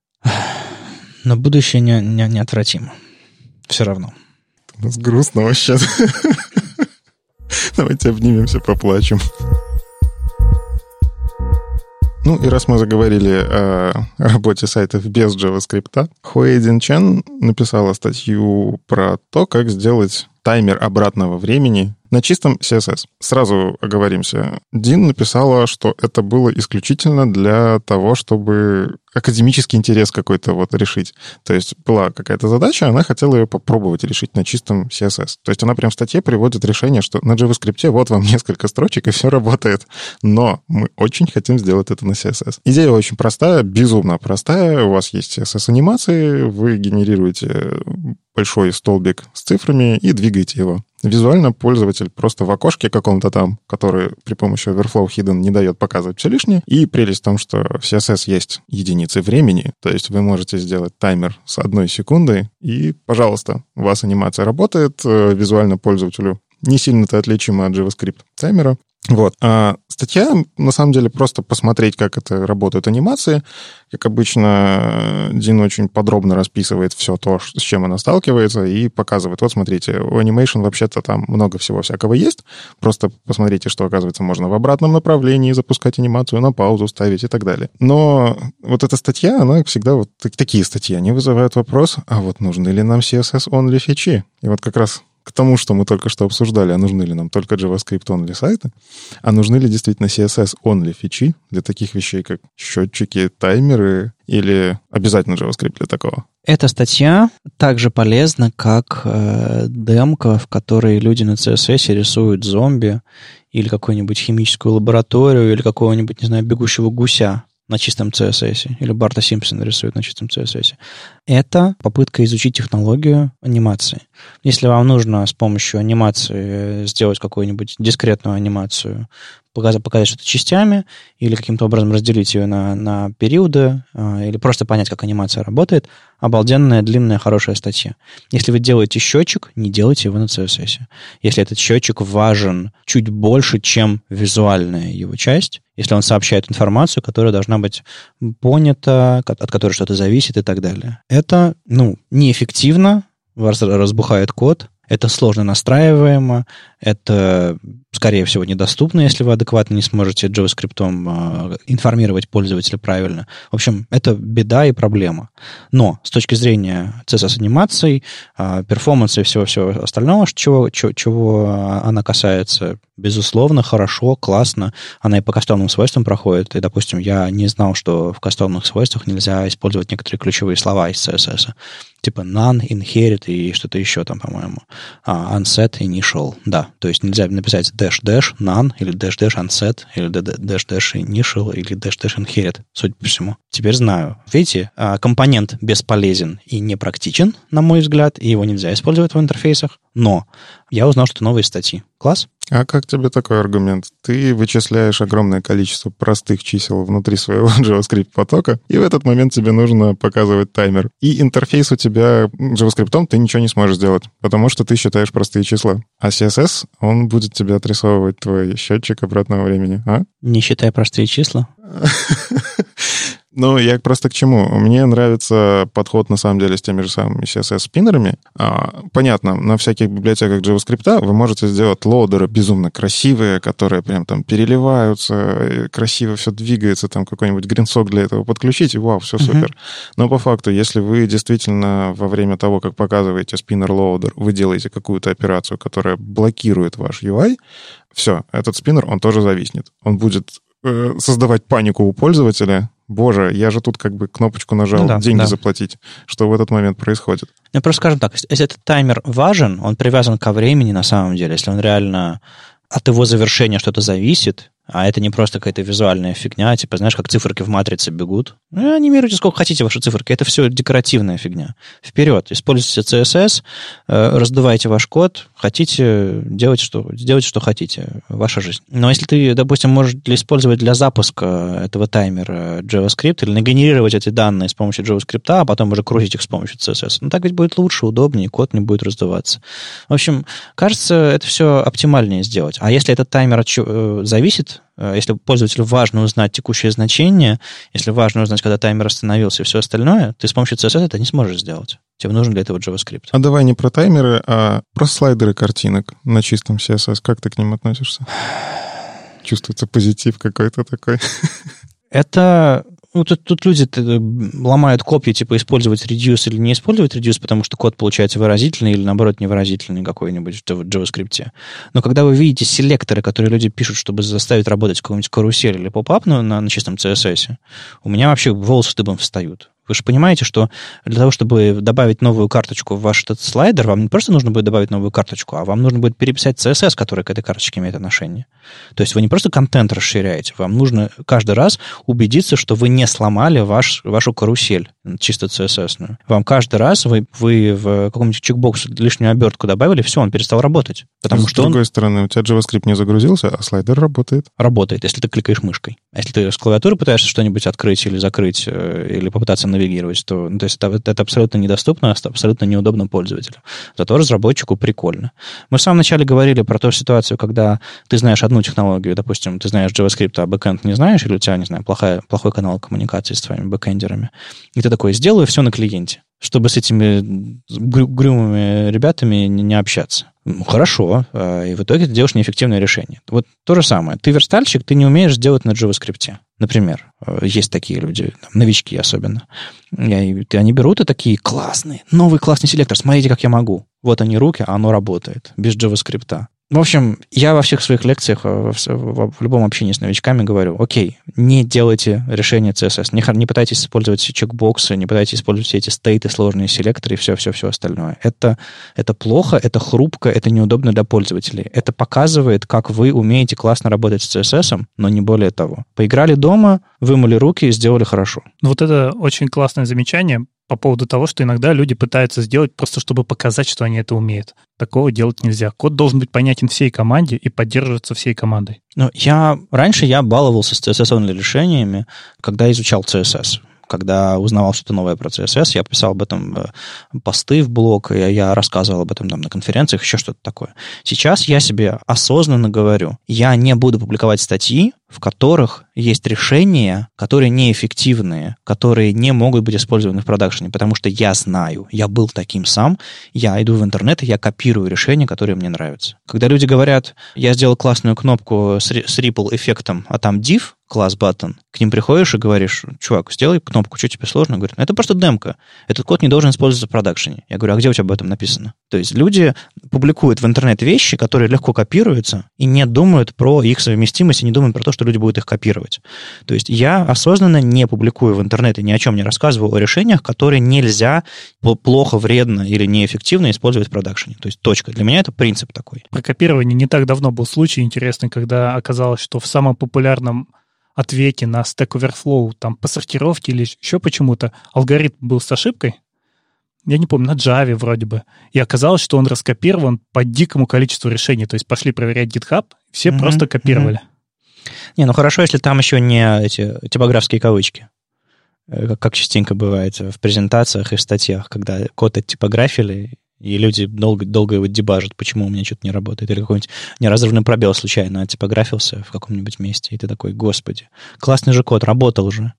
Но будущее неотвратимо. Все равно. У нас грустно вообще. Давайте обнимемся, поплачем. И раз мы заговорили о работе сайтов без JavaScript, Хуэйдин Чен написала статью про то, как сделать таймер обратного времени на чистом CSS. Сразу оговоримся. Дин написала, что это было исключительно для того, чтобы академический интерес какой-то решить. То есть была какая-то задача, она хотела ее попробовать решить на чистом CSS. То есть она прям в статье приводит решение, что на JavaScript вот вам несколько строчек, и все работает. Но мы очень хотим сделать это на CSS. Идея очень простая, безумно простая. У вас есть CSS-анимации, вы генерируете большой столбик с цифрами и двигаете его. Визуально пользователь просто в окошке каком-то там, который при помощи Overflow Hidden не дает показывать все лишнее. И прелесть в том, что в CSS есть единицы времени, то есть вы можете сделать таймер с 1 секундой, и, пожалуйста, у вас анимация работает, визуально пользователю не сильно-то отличимо от JavaScript таймера. А статья, на самом деле, просто посмотреть, как это работают анимации. Как обычно, Дин очень подробно расписывает все то, с чем она сталкивается, и показывает. Вот, смотрите, у Animation вообще-то там много всего всякого есть. Просто посмотрите, что, оказывается, можно в обратном направлении запускать анимацию, на паузу ставить и так далее. Но вот эта статья, она всегда такие статьи, они вызывают вопрос, а нужны ли нам CSS-only фичи? И как раз к тому, что мы только что обсуждали, а нужны ли нам только JavaScript-only сайты, а нужны ли действительно CSS-only фичи для таких вещей, как счетчики, таймеры, или обязательно JavaScript для такого? Эта статья так же полезна, как демка, в которой люди на CSS рисуют зомби или какую-нибудь химическую лабораторию, или какого-нибудь, бегущего гуся на чистом CSS, или Барта Симпсона рисует на чистом CSS. Это попытка изучить технологию анимации. Если вам нужно с помощью анимации сделать какую-нибудь дискретную анимацию показать что-то частями или каким-то образом разделить ее на периоды или просто понять, как анимация работает, обалденная, длинная, хорошая статья. Если вы делаете счетчик, не делайте его на CSS. Если этот счетчик важен чуть больше, чем визуальная его часть, если он сообщает информацию, которая должна быть понята, от которой что-то зависит и так далее. Это, неэффективно, вас разбухает код, это сложно настраиваемо, это, скорее всего, недоступно, если вы адекватно не сможете JavaScript информировать пользователя правильно. В общем, это беда и проблема. Но с точки зрения CSS-анимаций, перформанса и всего-всего остального, чего она касается, безусловно, хорошо, классно. Она и по кастомным свойствам проходит. И, допустим, я не знал, что в кастомных свойствах нельзя использовать некоторые ключевые слова из CSS. Типа none, inherit и что-то еще там, по-моему. Unset, initial. Да, то есть нельзя написать dash none или dash unset или dash initial или dash inherit, судя по всему. Теперь знаю. Видите, компонент бесполезен и непрактичен, на мой взгляд, и его нельзя использовать в интерфейсах, но я узнал, что новые статьи. Класс. А как тебе такой аргумент? Ты вычисляешь огромное количество простых чисел внутри своего JavaScript-потока, и в этот момент тебе нужно показывать таймер. И интерфейс у тебя JavaScript ты ничего не сможешь сделать, потому что ты считаешь простые числа. А CSS, он будет тебе отрисовывать твой счетчик обратного времени. Не считая простые числа? Я просто к чему? Мне нравится подход, на самом деле, с теми же самыми CSS-спиннерами. Понятно, на всяких библиотеках JavaScript вы можете сделать лоудеры безумно красивые, которые прям там переливаются, красиво все двигается, там какой-нибудь гринсок для этого подключить, и вау, все супер. Но по факту, если вы действительно во время того, как показываете спиннер-лоудер, вы делаете какую-то операцию, которая блокирует ваш UI, все, этот спиннер, он тоже зависнет. Он будет создавать панику у пользователя. Боже, я же тут как бы кнопочку нажал, деньги заплатить. Что в этот момент происходит? Просто скажем так, если этот таймер важен, он привязан ко времени на самом деле, если он реально от его завершения что-то зависит, а это не просто какая-то визуальная фигня, типа, знаешь, как циферки в матрице бегут. Анимируйте сколько хотите ваши циферки, это все декоративная фигня. Вперед, используйте CSS, раздувайте ваш код, хотите, делайте, что хотите, ваша жизнь. Но если ты, допустим, можешь использовать для запуска этого таймера JavaScript или нагенерировать эти данные с помощью JavaScript, а потом уже крутить их с помощью CSS, так ведь будет лучше, удобнее, код не будет раздуваться. В общем, кажется, это все оптимальнее сделать. А если этот таймер зависит, если пользователю важно узнать текущее значение, если важно узнать, когда таймер остановился и все остальное, ты с помощью CSS это не сможешь сделать. Тебе нужен для этого JavaScript. А давай не про таймеры, а про слайдеры картинок на чистом CSS. Как ты к ним относишься? Чувствуется позитив какой-то такой. Это... Тут люди ломают копья, типа использовать reduce или не использовать reduce, потому что код получается выразительный или, наоборот, невыразительный какой-нибудь в JavaScript. Но когда вы видите селекторы, которые люди пишут, чтобы заставить работать какую-нибудь карусель или поп-ап на чистом CSS, у меня вообще волосы дыбом встают. Вы же понимаете, что для того, чтобы добавить новую карточку в ваш этот слайдер, вам не просто нужно будет добавить новую карточку, а вам нужно будет переписать CSS, который к этой карточке имеет отношение. То есть вы не просто контент расширяете, вам нужно каждый раз убедиться, что вы не сломали вашу карусель, чисто CSS-ную. Вам каждый раз вы в каком-нибудь чекбокс лишнюю обертку добавили, все, он перестал работать. Потому что с другой стороны, у тебя JavaScript не загрузился, а слайдер работает. Работает, если ты кликаешь мышкой. А если ты с клавиатуры пытаешься что-нибудь открыть или закрыть, или попытаться навигировать, то есть это абсолютно недоступно, абсолютно неудобно пользователю. Зато разработчику прикольно. Мы в самом начале говорили про ту ситуацию, когда ты знаешь одну технологию, допустим, ты знаешь JavaScript, а бэкэнд не знаешь, или у тебя, не знаю, плохой канал коммуникации с твоими бэкэндерами. И ты такой, сделаю все на клиенте, чтобы с этими грюмыми ребятами не общаться. Хорошо, и в итоге ты делаешь неэффективное решение. Вот то же самое. Ты верстальщик, ты не умеешь сделать на JavaScript. Например, есть такие люди, новички особенно. И они берут и такие классные, новый классный селектор, смотрите, как я могу. Вот они руки, а оно работает, без JavaScript. В общем, я во всех своих лекциях, в любом общении с новичками говорю, окей, не делайте решение CSS, не пытайтесь использовать чекбоксы, не пытайтесь использовать все эти стейты, сложные селекторы и все остальное. Это плохо, это хрупко, это неудобно для пользователей. Это показывает, как вы умеете классно работать с CSS, но не более того. Поиграли дома, вымыли руки и сделали хорошо. Вот это очень классное замечание, по поводу того, что иногда люди пытаются сделать просто, чтобы показать, что они это умеют. Такого делать нельзя. Код должен быть понятен всей команде и поддерживаться всей командой. Ну, раньше я баловался с CSS-only решениями, когда изучал CSS. Когда узнавал что-то новое про CSS, я писал об этом посты в блог, я рассказывал об этом там на конференциях, еще что-то такое. Сейчас я себе осознанно говорю, я не буду публиковать статьи, в которых есть решения, которые неэффективные, которые не могут быть использованы в продакшене, потому что я знаю, я был таким сам, я иду в интернет, и я копирую решения, которые мне нравятся. Когда люди говорят, я сделал классную кнопку с ripple эффектом, а там div, класс button, к ним приходишь и говоришь, чувак, сделай кнопку, что тебе сложно? Говорят, это просто демка, этот код не должен использоваться в продакшене. Я говорю, а где у тебя об этом написано? То есть люди публикуют в интернет вещи, которые легко копируются, и не думают про их совместимость, и не думают про то, что люди будут их копировать. То есть я осознанно не публикую в интернете, ни о чем не рассказываю о решениях, которые нельзя плохо, вредно или неэффективно использовать в продакшене. То есть точка. Для меня это принцип такой. Про копирование не так давно был случай интересный, когда оказалось, что в самом популярном ответе на Stack Overflow там по сортировке или еще почему-то алгоритм был с ошибкой. Я не помню, на Java вроде бы. И оказалось, что он раскопирован по дикому количеству решений. То есть пошли проверять GitHub, все просто копировали. Не, ну хорошо, если там еще не эти типографские кавычки, как частенько бывает в презентациях и в статьях, когда код оттипографили, и люди долго его дебажат, почему у меня что-то не работает, или какой-нибудь неразрывный пробел случайно оттипографился в каком-нибудь месте, и ты такой, господи, классный же код, работал же.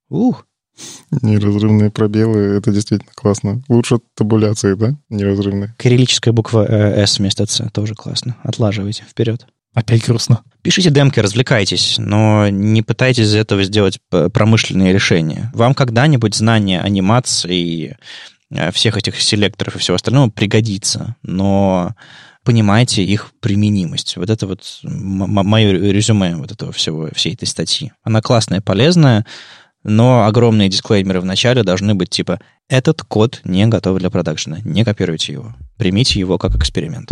Неразрывные пробелы, это действительно классно. Лучше табуляции, да? Неразрывные. Кириллическая буква S вместо C тоже классно. Отлаживайте, вперед. Опять грустно. Пишите демки, развлекайтесь, но не пытайтесь из этого сделать промышленные решения. Вам когда-нибудь знание анимации и всех этих селекторов и всего остального пригодится, но понимайте их применимость. Вот это вот мое резюме вот этого всей этой статьи. Она классная, полезная, но огромные дисклеймеры в начале должны быть типа «Этот код не готов для продакшена, не копируйте его, примите его как эксперимент».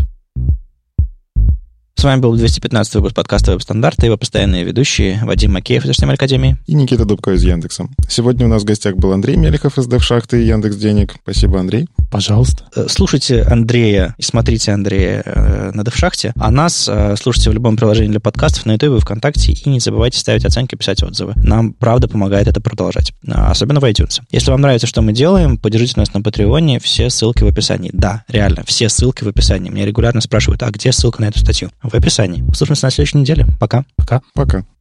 С вами был 215 выпуск подкаста «Веб-стандарты», его постоянные ведущие Вадим Макеев из HTML Академии и Никита Дубко из Яндекса. Сегодня у нас в гостях был Андрей Мелехов из DevShachты и Яндекс.Денег. Спасибо, Андрей. Пожалуйста. Слушайте Андрея и смотрите Андрея на DevShachте, а нас слушайте в любом приложении для подкастов на YouTube и ВКонтакте, и не забывайте ставить оценки, писать отзывы. Нам, правда, помогает это продолжать, особенно в iTunes. Если вам нравится, что мы делаем, поддержите нас на Патреоне, все ссылки в описании. Да, реально, все ссылки в описании. Меня регулярно спрашивают, а где ссылка на эту статью? В описании. Услышимся на следующей неделе. Пока. Пока.